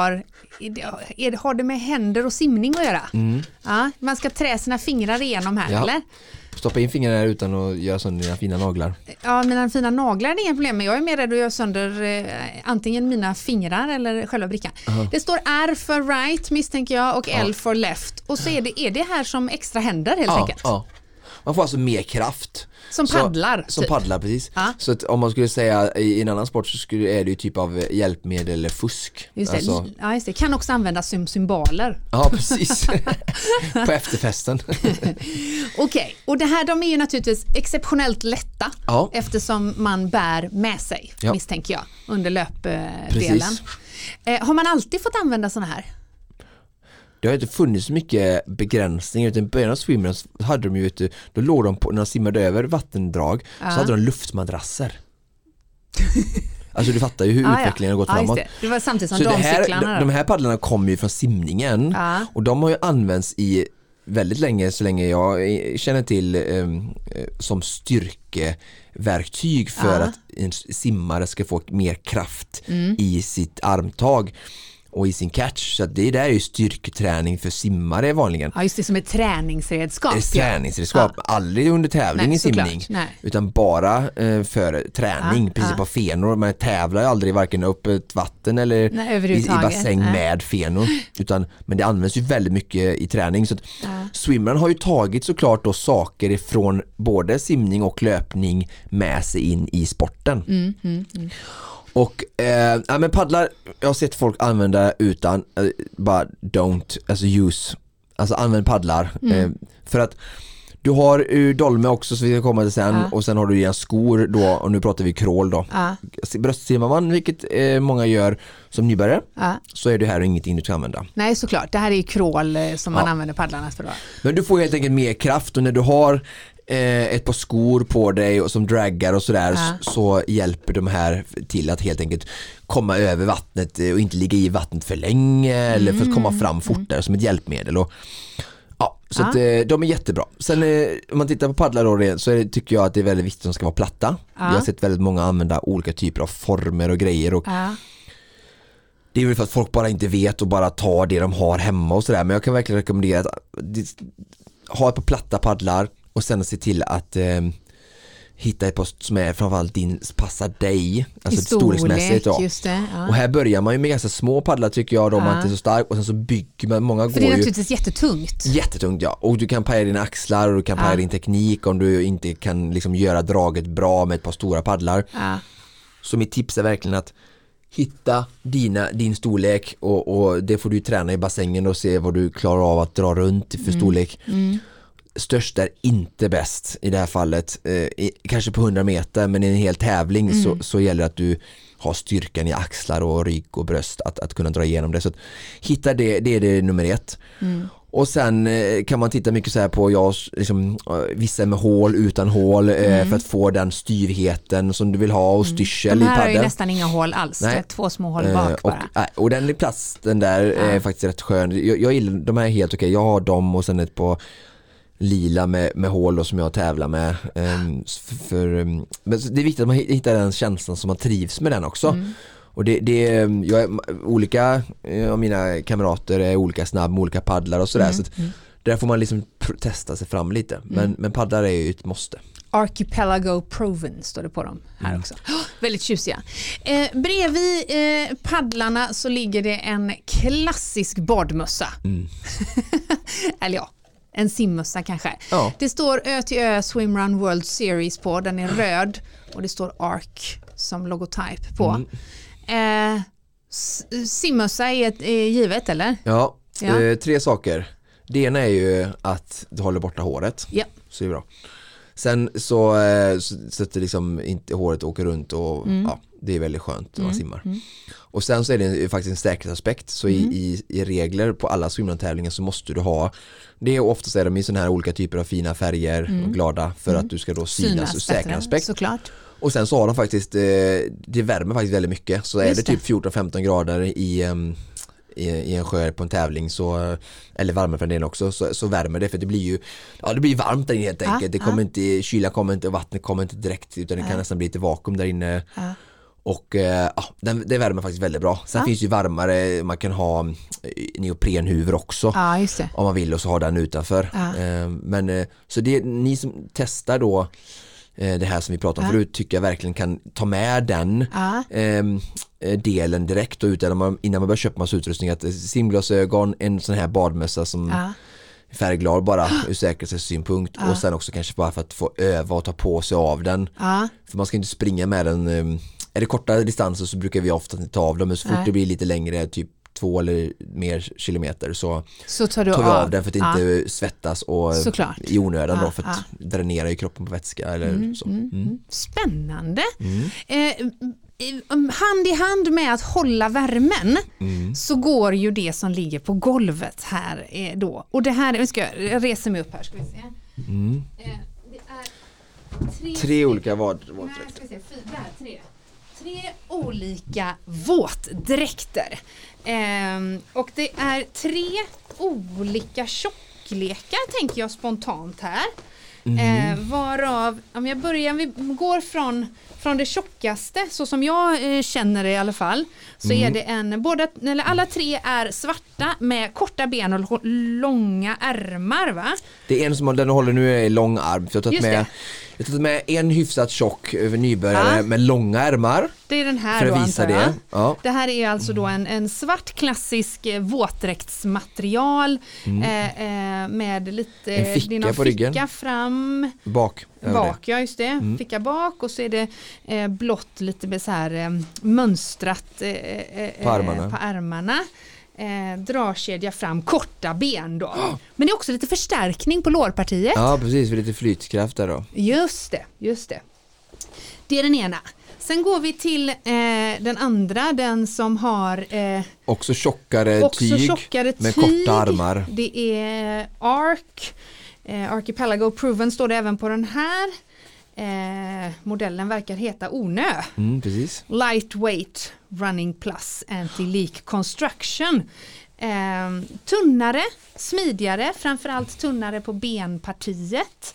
har det med händer och simning att göra. Ja, man ska trä sina fingrar igenom här, eller? Stoppa in fingrarna utan att göra sönder dina fina naglar. Ja, mina fina naglar är inga problem. Men jag är mer rädd att göra sönder antingen mina fingrar eller själva brickan. Det står R för right misstänker jag och L för left. Och så är det här som extra händer helt enkelt. Ja. Man får alltså mer kraft. Som paddlar. Som paddlar, precis. Ja. Så att om man skulle säga i en annan sport så är det ju typ av hjälpmedel eller fusk. Just det. Alltså. Ja, just det. Kan också användas som symboler. Ja, precis. På efterfesten. Okej. Och det här, de är ju naturligtvis exceptionellt lätta eftersom man bär med sig, misstänker jag, under löpdelen. Har man alltid fått använda såna här? Det har inte funnits så mycket begränsningar utan i början av swimrun hade de ju då låg de på, när de simmade över vattendrag så hade de luftmadrasser. Alltså du fattar ju hur utvecklingen har gått framåt. Det var samtidigt som de här paddlarna kommer ju från simningen och de har ju använts i väldigt länge, så länge jag känner till, som styrkeverktyg för att en simmare ska få mer kraft i sitt armtag och i sin catch, så att det där är ju styrketräning för simmare vanligen. Ja, just det, som ett träningsredskap. Ett träningsredskap, aldrig under tävling i simning, utan bara för träning, precis på fenor. Man tävlar ju aldrig varken upp ett vatten eller i bassäng med fenor, men det används ju väldigt mycket i träning. Så att swimmern har ju tagit såklart då saker ifrån både simning och löpning med sig in i sporten. Och men paddlar, jag har sett folk använda utan bara don't, alltså use, alltså använd paddlar för att Du har dolme också, så vi ska komma till sen. Och sen har du dina skor då, och nu pratar vi crawl då. Bröstsimmar man, vilket många gör som nybörjare, så är det här ingenting du ska använda. Nej, såklart. Det här är ju crawl som man använder paddlarna för då. Men du får helt enkelt mer kraft, och när du har ett par skor på dig och som draggar och sådär, så hjälper de här till att helt enkelt komma över vattnet och inte ligga i vattnet för länge, eller för att komma fram fortare som ett hjälpmedel. Och så att, de är jättebra. Sen om man tittar på paddlar då, så tycker jag att det är väldigt viktigt att de ska vara platta. Jag har sett väldigt många använda olika typer av former och grejer, och det är väl för att folk bara inte vet och bara tar det de har hemma och sådär. Men jag kan verkligen rekommendera att ha ett par platta paddlar, och sen se till att hitta ett post som är framförallt passar dig, alltså storleksmässigt. Just det, Och här börjar man ju med ganska små paddlar, tycker jag, då man inte är så stark, och sen så bygger man, många för går det är ju naturligtvis jättetungt. Jättetungt, ja. Och du kan paja dina axlar, och du kan paja din teknik om du inte kan liksom göra draget bra med ett par stora paddlar. Så mitt tips är verkligen att hitta din storlek, och det får du träna i bassängen och se vad du klarar av att dra runt för storlek. Störst är inte bäst i det här fallet, kanske på 100 meter, men i en hel tävling så gäller det att du har styrkan i axlar och rygg och bröst att kunna dra igenom det. Så att hitta det är det nummer 1. Och sen kan man titta mycket så här på vissa med hål, utan hål, för att få den styrheten som du vill ha, och styrsel i paddeln. De här har ju nästan inga hål alls. Det är 2 små hål bak bara. Och den i plasten där är faktiskt rätt skön. Jag gillar, de här är helt okej. Jag har dem, och sen ett på lila med hål då, som jag tävlar med. Men det är viktigt att man hittar den känslan som man trivs med den också. Och olika av mina kamrater är olika snabb med olika paddlar och sådär. Så där får man liksom testa sig fram lite. Men paddlar är ju ett måste. Archipelago Proven står det på dem här också. Väldigt tjusiga. Bredvid paddlarna så ligger det en klassisk badmössa. Eller en simmössa kanske. Det står Ö till Ö Swimrun World Series på. Den är röd, och det står ARC som logotyp på. Simmössa är givet, eller? Ja. 3 saker. Det ena är ju att du håller borta håret. Så är det bra. Sen så att det liksom inte håret åker runt, och det är väldigt skönt när man simmar. Och sen så är det faktiskt en säkerhetsaspekt, så i regler på alla swimrun-tävlingar så måste du ha det, är oftast är de i sådana här olika typer av fina färger och glada, för att du ska då synas ur säkerhetsaspekt. Såklart. Och sen så har de faktiskt det värmer faktiskt väldigt mycket, så är det typ 14-15 grader i en sjö på en tävling, så, eller varmare för den också, så värmer det, för det blir ju det blir varmt där inne helt enkelt. Det kommer inte, kylan kommer inte, och vattnet kommer inte direkt, utan det kan nästan bli lite vakuum där inne. Och det värmer faktiskt väldigt bra. Sen finns ju varmare, man kan ha neoprenhuvor också om man vill, och så ha den utanför. Men så det, ni som testar då det här som vi pratade om förut, tycker jag verkligen kan ta med den delen direkt, och innan man börjar köpa massa utrustning, att simglasögon, en sån här badmössa som färgglad bara ur säkerhetssynpunkt, och sen också kanske bara för att få öva och ta på sig av den. För man ska inte springa med den. Är det korta distanser så brukar vi ofta inte ta av dem, men så fort det blir lite längre, typ 2 eller mer kilometer, så tar vi av den för att inte svettas och i onödan då, för att dränera i kroppen på vätska eller så. Spännande. Hand i hand med att hålla värmen så går ju det som ligger på golvet här då. Och det här, jag reser mig upp här, ska vi se. Det är 3 olika våtdräkter. Tre olika våtdräkter. Och det är 3 olika tjocklekar, tänker jag spontant här. Varav, om vi går från det tjockaste, så som jag känner det i alla fall, så är det alla 3 är svarta med korta ben och långa ärmar, va? Det är en som den håller nu i lång arm, så jag har tagit med en hyfsat tjock över nybörjare med långa ärmar. Det är den här för att visa det. Det här är alltså då en svart klassisk våtdräktsmaterial med lite en ficka på ryggen. Ficka fram. Bak, ja just det. Ficka bak, och så är det blått lite så här mönstrat på armarna. dragkedja fram, korta ben då. Men det är också lite förstärkning på lårpartiet. Ja, precis, för lite flytkraft där då. Just det. Det är den ena. Sen går vi till den andra, den som har också tjockare tyg med korta armar. Det är Archipelago Proven står det även på den här. Modellen verkar heta Onö. Precis. Lightweight Running Plus Anti-Leak Construction. Tunnare, smidigare, framförallt tunnare på benpartiet.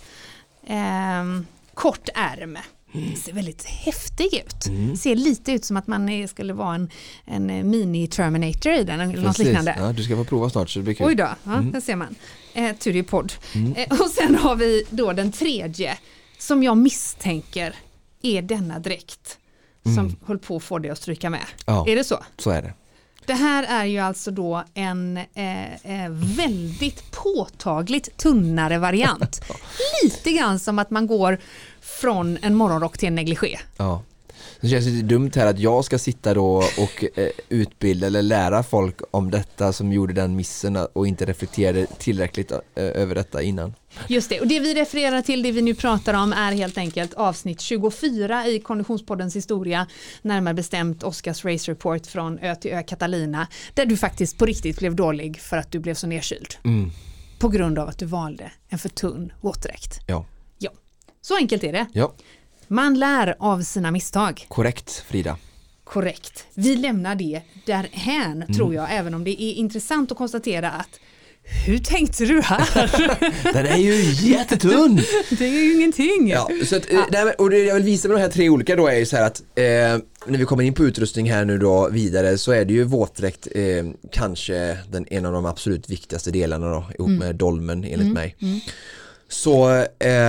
Kort ärm. Ser väldigt häftig ut. Ser lite ut som att man skulle vara en mini-Terminator i den eller något liknande. Ja, du ska få prova snart så det blir kul. Oj då, där ser man. Tudipod. Och sen har vi då den tredje som jag misstänker är denna dräkt som höll på att få det att stryka med. Ja, är det så? Så är det. Det här är ju alltså då en väldigt påtagligt tunnare variant. Lite grann som att man går från en morgonrock till en negligé. Ja. Det känns lite dumt här att jag ska sitta då och utbilda eller lära folk om detta som gjorde den missen och inte reflekterade tillräckligt över detta innan. Just det, och det vi refererar till, det vi nu pratar om är helt enkelt avsnitt 24 i Konditionspoddens historia, närmare bestämt Oscars Race Report från Ö till Ö Catalina, där du faktiskt på riktigt blev dålig för att du blev så nedkyld. På grund av att du valde en för tunn våtdräkt. Ja. Så enkelt är det. Ja. Man lär av sina misstag. Korrekt, Frida. Korrekt. Vi lämnar det därhän, tror jag, även om det är intressant att konstatera att hur tänkte du här? Den är ju jättetunn. Det är ju ingenting. Ja, så att, och det jag vill visa med de här tre olika då är ju så här att när vi kommer in på utrustning här nu då vidare så är det ju våtdräkt kanske en av de absolut viktigaste delarna då, ihop med dolmen enligt mig. Så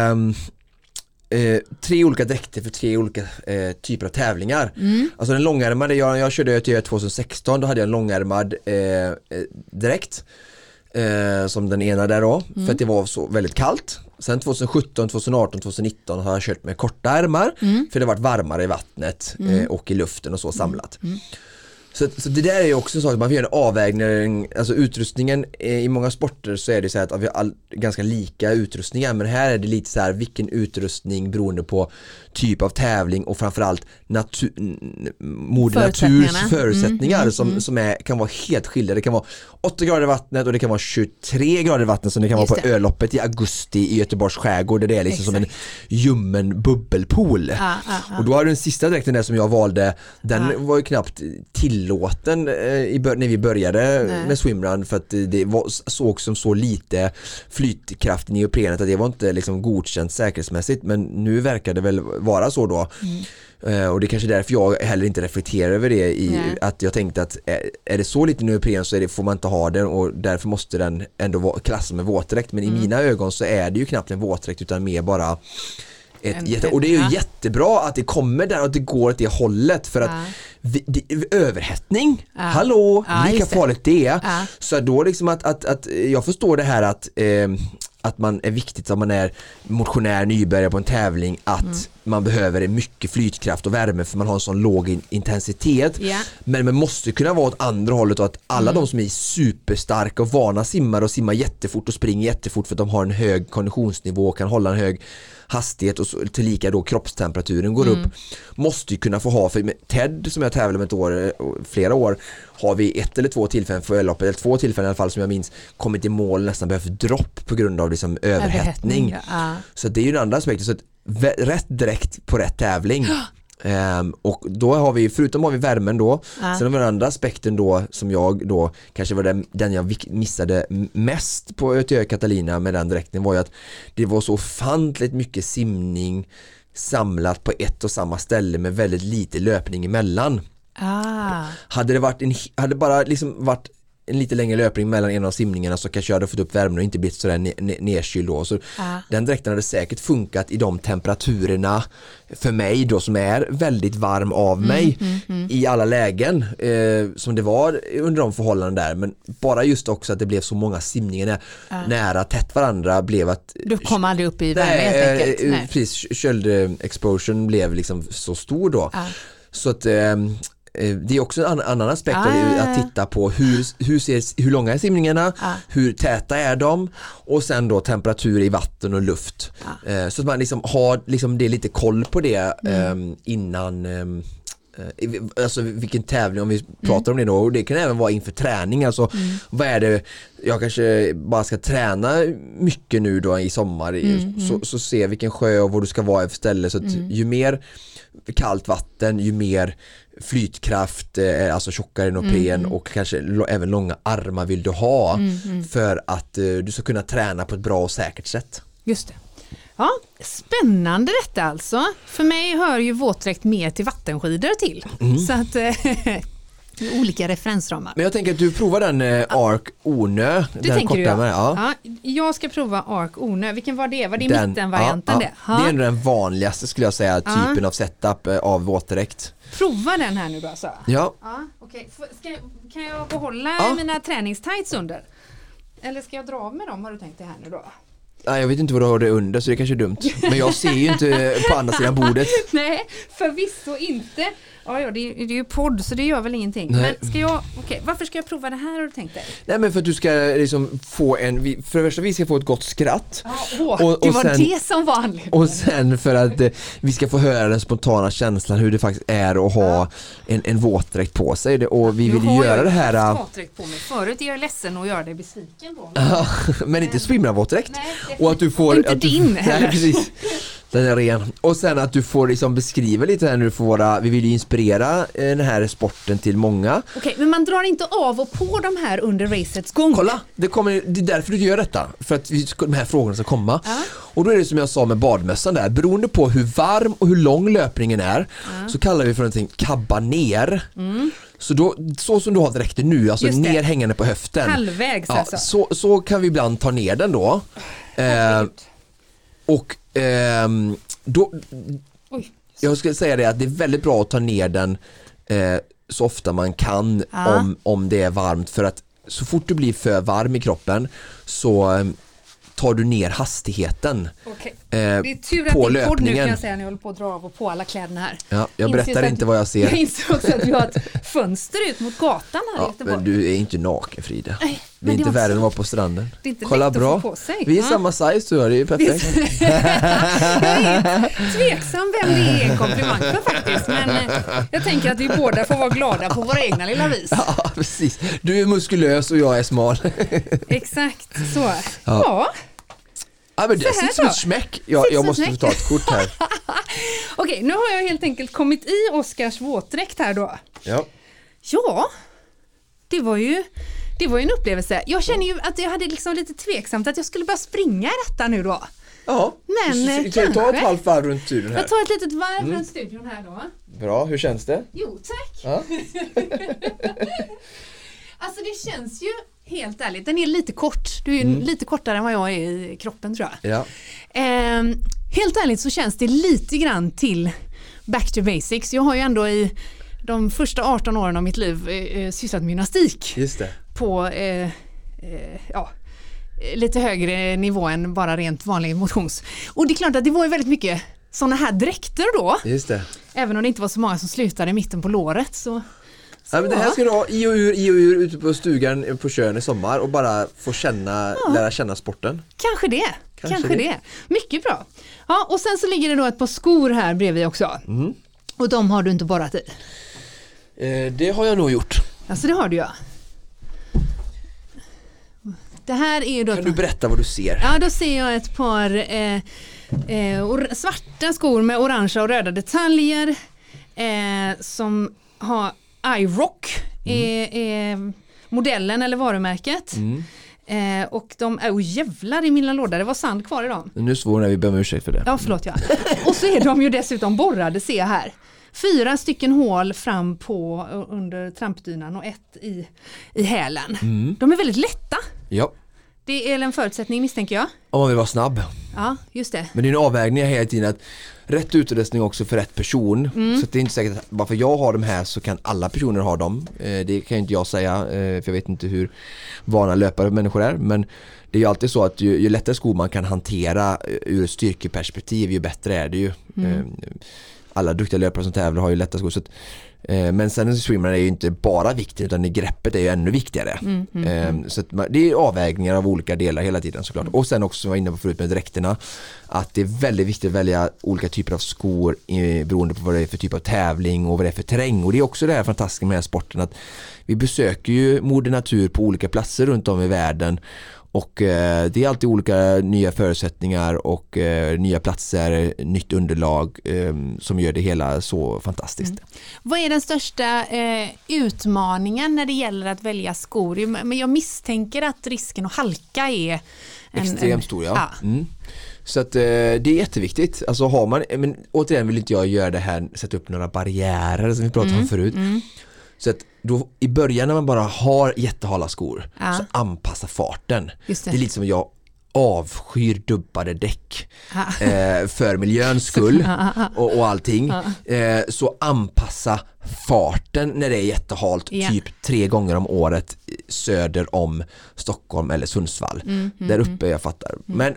tre olika dräkter för tre olika typer av tävlingar. Alltså den långärmade, jag körde till 2016, då hade jag en långärmad dräkt som den ena där då, för att det var så väldigt kallt. Sen 2017, 2018, 2019 har jag kört med korta ärmar för det har varit varmare i vattnet och i luften och så samlat. Så det där är ju också så att man får göra en avvägning, alltså utrustningen i många sporter så är det så här att vi har ganska lika utrustningar, men här är det lite så här vilken utrustning beroende på typ av tävling och framförallt moder naturs förutsättningar som kan vara helt skilda. Det kan vara 8 grader i vattnet och det kan vara 23 grader i vattnet som det kan vara på öloppet i augusti i Göteborgs skärgård där det är liksom som en ljummen bubbelpool. Och då har den sista dräkten där som jag valde, den var ju knappt tillåten när vi började med swimrun för att det såg som så lite flytkraft i neoprenet att det var inte liksom godkänt säkerhetsmässigt, men nu verkar det väl vara så då. Och det är kanske därför jag heller inte reflekterar över det att jag tänkte att är det så lite neopren så får man inte ha den och därför måste den ändå klassas med våtdräkt, men i mina ögon så är det ju knappt en våtdräkt utan mer bara och det är ju jättebra att det kommer där och att det går åt det hållet för att överhettning, hallå, lika farligt det är. Så då liksom att jag förstår det här att man är viktigt om man är motionär, nybörjare på en tävling att man behöver mycket flytkraft och värme för man har en sån låg intensitet. Men man måste kunna vara åt andra hållet och att alla de som är superstarka och vana simmar och simmar jättefort och springer jättefort för att de har en hög konditionsnivå och kan hålla en hög hastighet och tillika då kroppstemperaturen går upp, måste ju kunna få ha, för Ted som jag tävlar med flera år har vi 1 eller 2 tillfällen för loppet, eller 2 tillfällen i alla fall som jag minns, kommit i mål nästan behövt dropp på grund av liksom överhettning. Så det är ju den andra aspekten, så att rätt direkt på rätt tävling. Och då har vi, förutom har vi värmen då, sen har vi den andra aspekten då som jag då kanske var den jag missade mest på Ö till Ö Catalina med den dräkten, var ju att det var så ofantligt mycket simning samlat på ett och samma ställe med väldigt lite löpning emellan. Hade det bara liksom varit en lite längre löpning mellan en av simningarna så kanske jag hade fått upp värmen och inte blivit sådär nedkyld då. Så den dräkten hade säkert funkat i de temperaturerna för mig då som är väldigt varm av mig i alla lägen som det var under de förhållanden där. Men bara just också att det blev så många simningar nära tätt varandra blev att du kom aldrig upp i värme helt enkelt. Precis, köld exposure blev liksom så stor då. Så att det är också en annan aspekt att titta på hur långa är simningarna, hur täta är de och sen då temperatur i vatten och luft. Så att man liksom har liksom det lite koll på det innan alltså vilken tävling, om vi pratar om det då, och det kan även vara inför träning, alltså vad är det jag kanske bara ska träna mycket nu då i sommar så se vilken sjö och var du ska vara för ställe, så att ju mer kallt vatten, ju mer flytkraft, alltså tjockare neopren och kanske även långa armar vill du ha för att du ska kunna träna på ett bra och säkert sätt. Just det. Ja, spännande detta alltså. För mig hör ju våtdräkt mer till vattenskidor till. Så att olika referensramar. Men jag tänker att du provar den Arc Onö. Det den tänker korta du, ja. Jag ska prova Arc Onö. Vilken var det? Var det mittenvarianten det? Det är den vanligaste skulle jag säga typen av setup av våtdräkt. Prova den här nu då alltså. Ja. Okej. Kan jag behålla mina träningstights under? Eller ska jag dra av med dem, har du tänkt det här nu då? Nej, jag vet inte vad du har det under, så det är kanske är dumt. Men jag ser ju inte på andra sidan bordet. Nej, förvisso inte. Ja, det är ju podd så det gör väl ingenting. Nej. Men varför ska jag prova det här, har du tänkt dig? Nej, men för att du ska liksom få för det första vi ska få ett gott skratt. Det var sen, det som var anledningen. Och sen för att vi ska få höra den spontana känslan hur det faktiskt är att ha en våtdräkt på sig. Och vi vill göra det här. Jag har våtdräkt på mig förut, jag är ledsen att göra dig besviken på mig. Men inte swimrunvåtdräkt. Nej, och att du får inte din heller. Nej, precis. Den är ren. Och sen att du får liksom beskriva lite här nu för vi vill ju inspirera den här sporten till många. Okej, men man drar inte av och på de här under racets gång. Kolla, det är därför du gör detta. För att de här frågorna ska komma. Och då är det som jag sa med badmössan där. Beroende på hur varm och hur lång löpningen är så kallar vi för någonting kabba ner. Så som du har dräkten nu, alltså ner hängande på höften. Halvvägs alltså. Så kan vi ibland ta ner den då. Och då jag skulle säga det att det är väldigt bra att ta ner den så ofta man kan om det är varmt, för att så fort du blir för varm i kroppen så tar du ner hastigheten. Det är tur att på det är podd nu, kan löpningen. jag säga, när jag håller på att dra av och på alla kläderna här. Ja, jag berättar inte vad jag ser. Jag inser också att vi har ett fönster ut mot gatan här i Göteborg. Men du är inte naken, Frida. Nej, det är inte värre än att vara på stranden. Det är inte kolla lätt bra. Att få på sig. Vi är samma size, så det är ju perfekt. Jag är tveksam vem det är en komplimang för faktiskt. Men jag tänker att vi båda får vara glada på våra egna lilla vis. Ja, precis. Du är muskulös och jag är smal. Exakt, så. Ja. Ja, men det sitter som ett smäck. Jag måste få ta ett kort här. Okej, nu har jag helt enkelt kommit i Oskars våtdräkt här då. Ja. Ja, det var ju en upplevelse. Jag känner ju att jag hade liksom lite tveksamt att jag skulle börja springa i detta nu då. Ja, men ta ett halvt varv runt studion här. Jag tar ett litet varv runt studion här då. Bra, hur känns det? Jo, tack. Ja. Alltså det känns ju helt ärligt, den är lite kort. Du är lite kortare än vad jag är i kroppen, tror jag. Ja. Helt ärligt så känns det lite grann till back to basics. Jag har ju ändå i de första 18 åren av mitt liv sysslat med gymnastik. Just det. På lite högre nivå än bara rent vanlig motions. Och det är klart att det var ju väldigt mycket sådana här dräkter då. Just det. Även om det inte var så många som slutade i mitten på låret så. Ja, men det här ska du ha i och ur ute på stugan på Tjörn i sommar och bara få lära känna sporten. Kanske det. Mycket bra. Ja, och sen så ligger det då ett par skor här bredvid också. Och de har du inte borrat i? Det har jag nog gjort. Alltså det har du, ja. Det här är ju då... Kan du berätta vad du ser? Ja, då ser jag ett par svarta skor med orangea och röda detaljer som har iRock är modellen eller varumärket. Och de är jävlar i min låda, det var sand kvar i dem. Nu svor när vi ber om ursäkt för det. Ja, förlåt, ja. Och så är de ju dessutom borrade, ser jag här. 4 stycken hål fram på under trampdynan och ett i hälen. De är väldigt lätta. Ja. Det är en förutsättning, misstänker jag. Om man vill vara snabb. Ja, just det. Men det är en avvägning hela tiden att rätt utrustning också för rätt person. Så det är inte säkert att bara för jag har de här så kan alla personer ha dem. Det kan inte jag säga, för jag vet inte hur vana löpare människor är. Men det är ju alltid så att ju lättare skor man kan hantera ur styrkeperspektiv, ju bättre är det ju. alla duktiga löpare som tävlar har ju lätta skor. Så att, men sen swimrun är ju inte bara viktigt, utan greppet är ju ännu viktigare. Så att det är avvägningar av olika delar hela tiden såklart. Och sen också som jag var inne på förut med dräkterna, att det är väldigt viktigt att välja olika typer av skor beroende på vad det är för typ av tävling och vad det är för terräng. Och det är också det här fantastiska med den här sporten, att vi besöker ju moder natur på olika platser runt om i världen. Och det är alltid olika nya förutsättningar och nya platser, nytt underlag som gör det hela så fantastiskt. Vad är den största utmaningen när det gäller att välja skor? Men jag misstänker att risken att halka är extremt stor, ja. Så att det är jätteviktigt. Alltså har man, men återigen vill inte jag göra det här, sätta upp några barriärer som vi pratade om förut. Så att då, i början när man bara har jättehala skor så anpassa farten. Det är lite som jag avskyr dubbade däck för miljöns skull och allting. Så anpassa farten när det är jättehalt typ 3 gånger om året söder om Stockholm eller Sundsvall. Där uppe, jag fattar.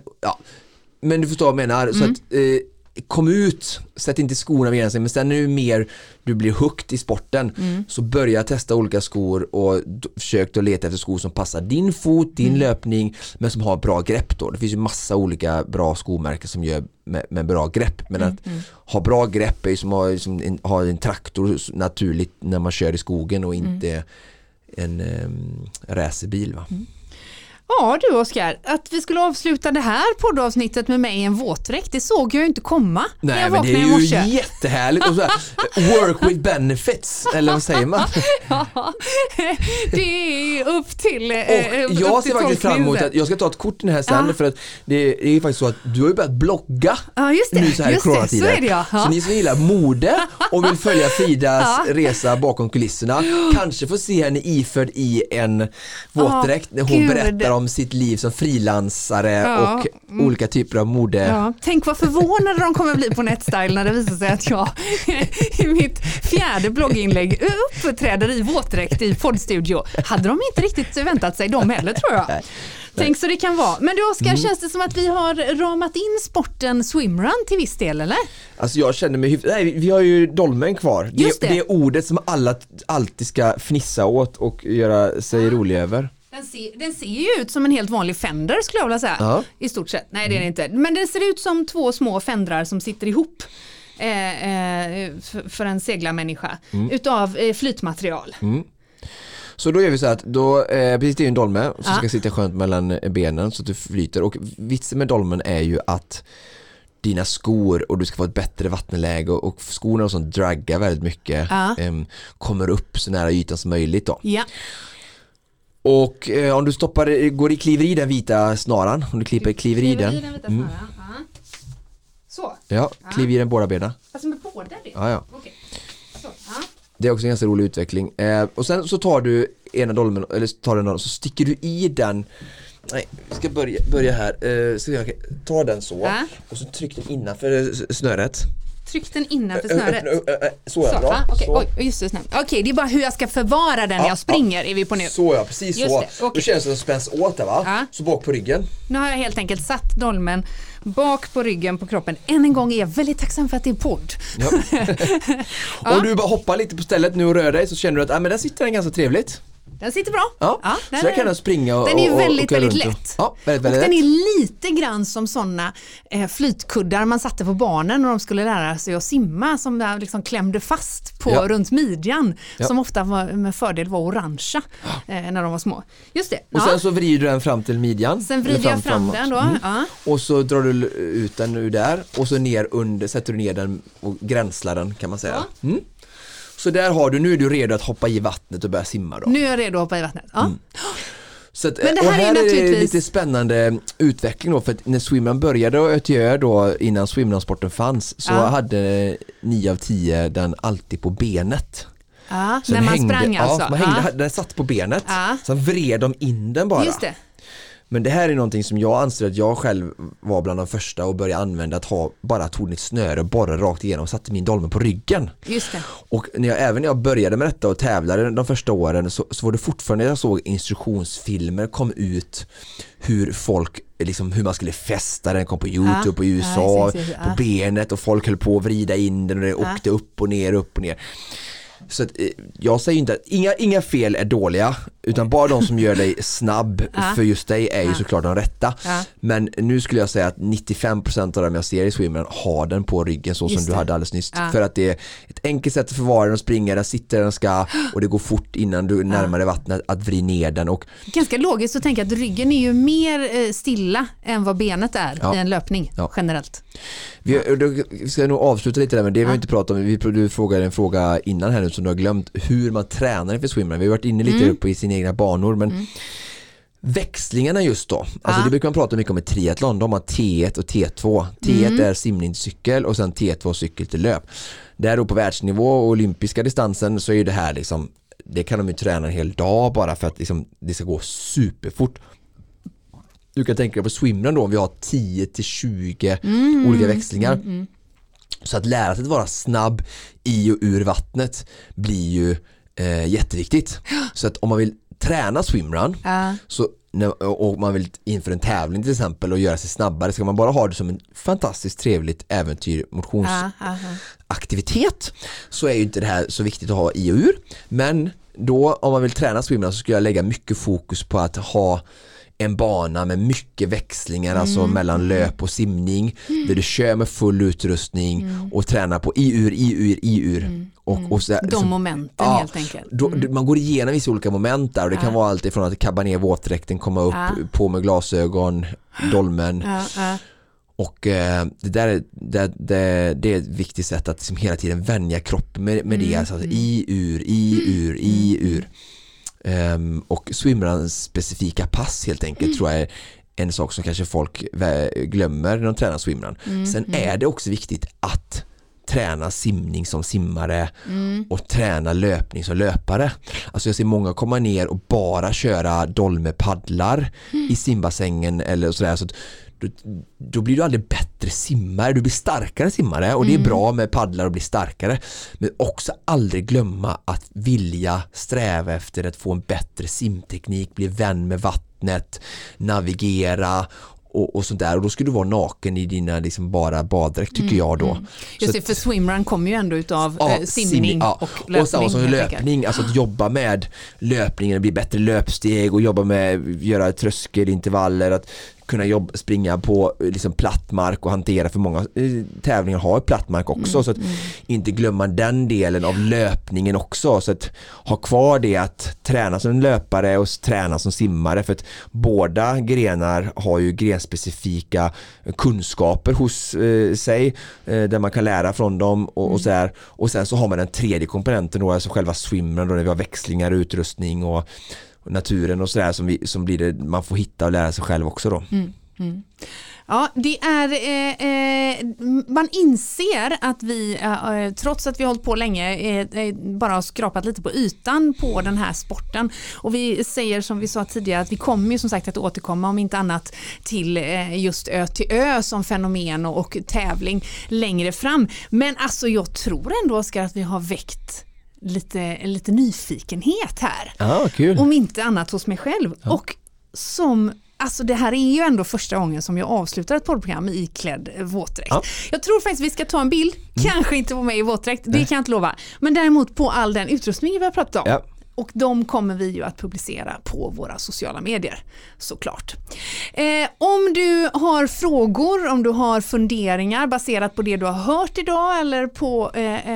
Men du förstår vad jag menar. Så att kom ut, sätt inte skorna vid sig, men sen nu mer du blir hooked i sporten så börja testa olika skor och försök att leta efter skor som passar din fot, din löpning, men som har bra grepp då. Det finns ju massa olika bra skomärken som gör med bra grepp, men att ha bra grepp är ju som att ha en traktor naturligt när man kör i skogen och inte en racerbil, va? Ja du Oskar, att vi skulle avsluta det här poddavsnittet med mig i en våtdräkt, det såg jag ju inte komma. Nej, men det är ju jättehärligt. Och så här, work with benefits, eller vad säger man? Ja, det är upp till jag ser faktiskt fram emot att jag ska ta ett kort i den här sen, för att det är faktiskt så att du har ju börjat blogga nu så här i coronatiden. Så är det, ja. Så ni som gillar mode och vill följa Fridas resa bakom kulisserna kanske får se henne iförd i en våtdräkt när hon berättar om sitt liv som frilansare och olika typer av mode. Ja. Tänk vad förvånade de kommer bli på Netstyle när det visar sig att jag i mitt 4:e blogginlägg uppträder i våtdräkt i poddstudio. Hade de inte riktigt väntat sig dem heller, tror jag. Nej. Tänk så det kan vara. Men du Oskar, känns det som att vi har ramat in sporten swimrun till viss del, eller? Alltså jag känner mig vi har ju dolmen kvar. Det är ordet som alla alltid ska fnissa åt och göra sig rolig över. Den ser ju ut som en helt vanlig fender, skulle jag vilja säga. I stort sett. Nej, det är det inte. Men den ser ut som 2 små fendrar som sitter ihop för en seglarmänniska utav flytmaterial. Så då gör vi så att precis, det är en dolme som ska sitta skönt mellan benen så att du flyter. Och vitsen med dolmen är ju att dina skor, och du ska få ett bättre vattenläge, och skorna och sånt draggar väldigt mycket, kommer upp så nära ytan som möjligt då. Ja. Och om du kliver i den vita snaran, om du kliver i den. Så. Ja, kliver i den båda benen. Alltså med båda det? Ja. Okej. Så, det är också en ganska rolig utveckling. Och sen så tar du ena dolmen, eller tar den, så sticker du i den. Nej, vi ska börja här. Så jag tar den så. Och så tryck den innanför snöret. Tryck den innanför snöret. Så är det bra. Okej, just det. Okej, det är bara hur jag ska förvara den när jag springer är vi på nu. Så precis just så. Det. Då känns det som spänns åt det, va? Så bak på ryggen. Nu har jag helt enkelt satt dolmen bak på ryggen på kroppen. Än en gång är jag väldigt tacksam för att det är podd. Om du bara hoppar lite på stället nu och rör dig så känner du att men där sitter den ganska trevligt. Den sitter bra. Ja, så jag kan springa och den är väldigt lätt. Ja, väldigt och den är lite grann som såna flytkuddar man satte på barnen när de skulle lära sig att simma, som där liksom klämde fast på runt midjan, som ofta med fördel var orangea när de var små. Just det. Och sen så vrider du den fram till midjan. Sen vrider jag fram den då. Och så drar du ut den ur där och så ner under, sätter du ner den och gränslar den, kan man säga. Så där har du, nu är du redo att hoppa i vattnet och börja simma då. Nu är jag redo att hoppa i vattnet, Så att, men det här, och här är naturligtvis lite spännande utveckling då, för att när swimrun började och Ötjö då, innan swimrunsporten fanns, så hade 9 av 10 den alltid på benet. Så när man sprang alltså. Ja, man hängde, den satt på benet. Sen vred de in den bara. Just det. Men det här är någonting som jag anser att jag själv var bland de första och började använda, att tog ett snöre och borrade rakt igenom och satte min dolmen på ryggen. Just det. Och även när jag började med detta och tävlade de första åren så var det fortfarande, jag såg instruktionsfilmer kom ut hur folk liksom hur man skulle fästa den, kom på YouTube och i USA på benet och folk höll på att vrida in den och det åkte upp och ner. Så att, jag säger inte att inga fel är dåliga, utan bara de som gör dig snabb för just dig är ju såklart de rätta. Men nu skulle jag säga att 95% av dem jag ser i swimrun har den på ryggen så som du hade alldeles nyss. För att det är ett enkelt sätt att förvara den och springa, den sitter den ska och det går fort innan du närmar dig vattnet att vrida ner den. Och ganska logiskt att tänka att ryggen är ju mer stilla än vad benet är i en löpning generellt. Vi ska nog avsluta lite där, men det vi inte pratat om. Du frågade en fråga innan här nu som du har glömt, hur man tränar inför swimrun. Vi har varit inne lite på i sina egna banor, men växlingarna just då. Alltså det brukar man prata mycket om i triathlon. De har T1 och T2. T1 är simning till cykel och sen T2 cykel till löp. Där då på världsnivå och olympiska distansen så är ju det här liksom, det kan de ju träna en hel dag bara för att liksom, det ska gå superfort. Du kan tänka dig på swimrun då om vi har 10-20 olika växlingar. Så att lära sig att vara snabb i och ur vattnet blir ju jätteviktigt. Så att om man vill träna swimrun så, och man vill inför en tävling till exempel och göra sig snabbare, ska man bara ha det som en fantastiskt trevligt äventyr, motionsaktivitet, så är ju inte det här så viktigt att ha i och ur. Men då om man vill träna swimrun så skulle jag lägga mycket fokus på att ha en bana med mycket växlingar, alltså mellan löp och simning, där du kör med full utrustning och tränar på i ur. Och så, de momenten helt enkelt. Man går igenom vissa olika moment där och det kan vara allt ifrån att kabba ner våtdräkten, komma upp, på med glasögon, dolmen. Och det är ett viktigt sätt att liksom hela tiden vänja kroppen med det, alltså i ur. Och swimruns specifika pass helt enkelt tror jag är en sak som kanske folk glömmer när de tränar swimrun. Sen är det också viktigt att träna simning som simmare och träna löpning som löpare. Alltså jag ser många komma ner och bara köra dolmepaddlar i simbassängen eller sådär, så att då blir du aldrig bättre simmare, du blir starkare simmare och det är bra med paddlar och bli starkare, men också aldrig glömma att vilja sträva efter att få en bättre simteknik, bli vän med vattnet, navigera och sånt där, och då ska du vara naken i dina liksom bara baddräkt tycker jag då. Just det, för swimrun kommer ju ändå utav simning och löpning. Och samma som löpning, alltså att jobba med löpningen, bli bättre löpsteg och jobba med göra tröskelintervaller, att kunna springa på liksom platt mark och hantera, för många tävlingar har platt mark också, så att inte glömma den delen av löpningen också, så att ha kvar det att träna som löpare och träna som simmare, för att båda grenar har ju grenspecifika kunskaper hos sig där man kan lära från dem och så här. Och sen så har man den tredje komponenten då, alltså själva swimrun då, när vi har växlingar, utrustning och naturen och sådär som blir det man får hitta och lära sig själv också då. Ja, det är man inser att vi trots att vi har hållit på länge bara har skrapat lite på ytan på den här sporten, och vi säger som vi sa tidigare att vi kommer ju som sagt att återkomma om inte annat till just Ö till Ö som fenomen och tävling längre fram, men alltså jag tror ändå, Oskar, att vi har väckt lite nyfikenhet här. Kul. Om inte annat hos mig själv. Och alltså det här är ju ändå första gången som jag avslutar ett poddprogram i klädd våtdräkt. Jag tror faktiskt vi ska ta en bild, kanske inte på mig i våtdräkt, det kan jag inte lova, men däremot på all den utrustning vi har pratat om. Och de kommer vi ju att publicera på våra sociala medier, såklart. Om du har frågor, om du har funderingar baserat på det du har hört idag eller på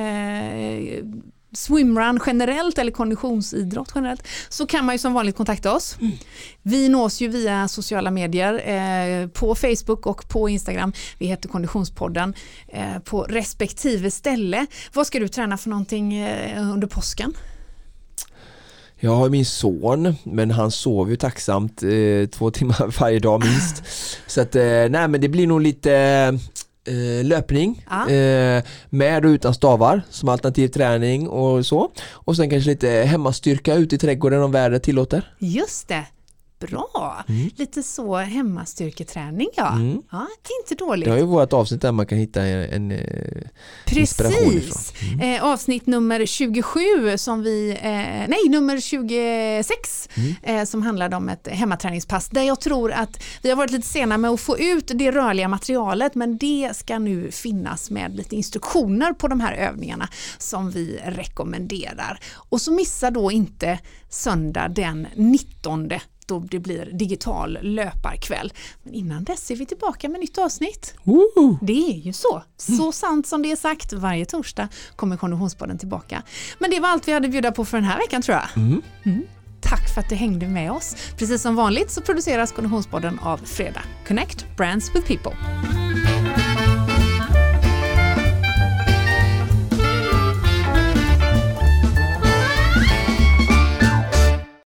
swimrun generellt eller konditionsidrott generellt, så kan man ju som vanligt kontakta oss. Vi nås ju via sociala medier på Facebook och på Instagram. Vi heter Konditionspodden på respektive ställe. Vad ska du träna för någonting under påsken? Jag har min son, men han sover ju tacksamt 2 timmar varje dag minst. Så att men det blir nog lite löpning med och utan stavar som alternativ träning och så. Och sen kanske lite hemmastyrka ute i trädgården om vädret tillåter. Just det. bra. Lite så hemmastyrketräning, ja. Ja, inte dåligt. Det har ju vårt avsnitt där man kan hitta en inspiration ifrån. Avsnitt nummer 27 som nummer 26 som handlade om ett hemmaträningspass där jag tror att vi har varit lite sena med att få ut det rörliga materialet, men det ska nu finnas med lite instruktioner på de här övningarna som vi rekommenderar. Och så missa då inte söndag den 19 då det blir digital löparkväll. Men innan dess är vi tillbaka med nytt avsnitt. Det är ju så. Så sant som det är sagt. Varje torsdag kommer Konditionspodden tillbaka. Men det var allt vi hade bjuda på för den här veckan, tror jag. Tack för att du hängde med oss. Precis som vanligt så produceras Konditionspodden av Fredag. Connect Brands with People.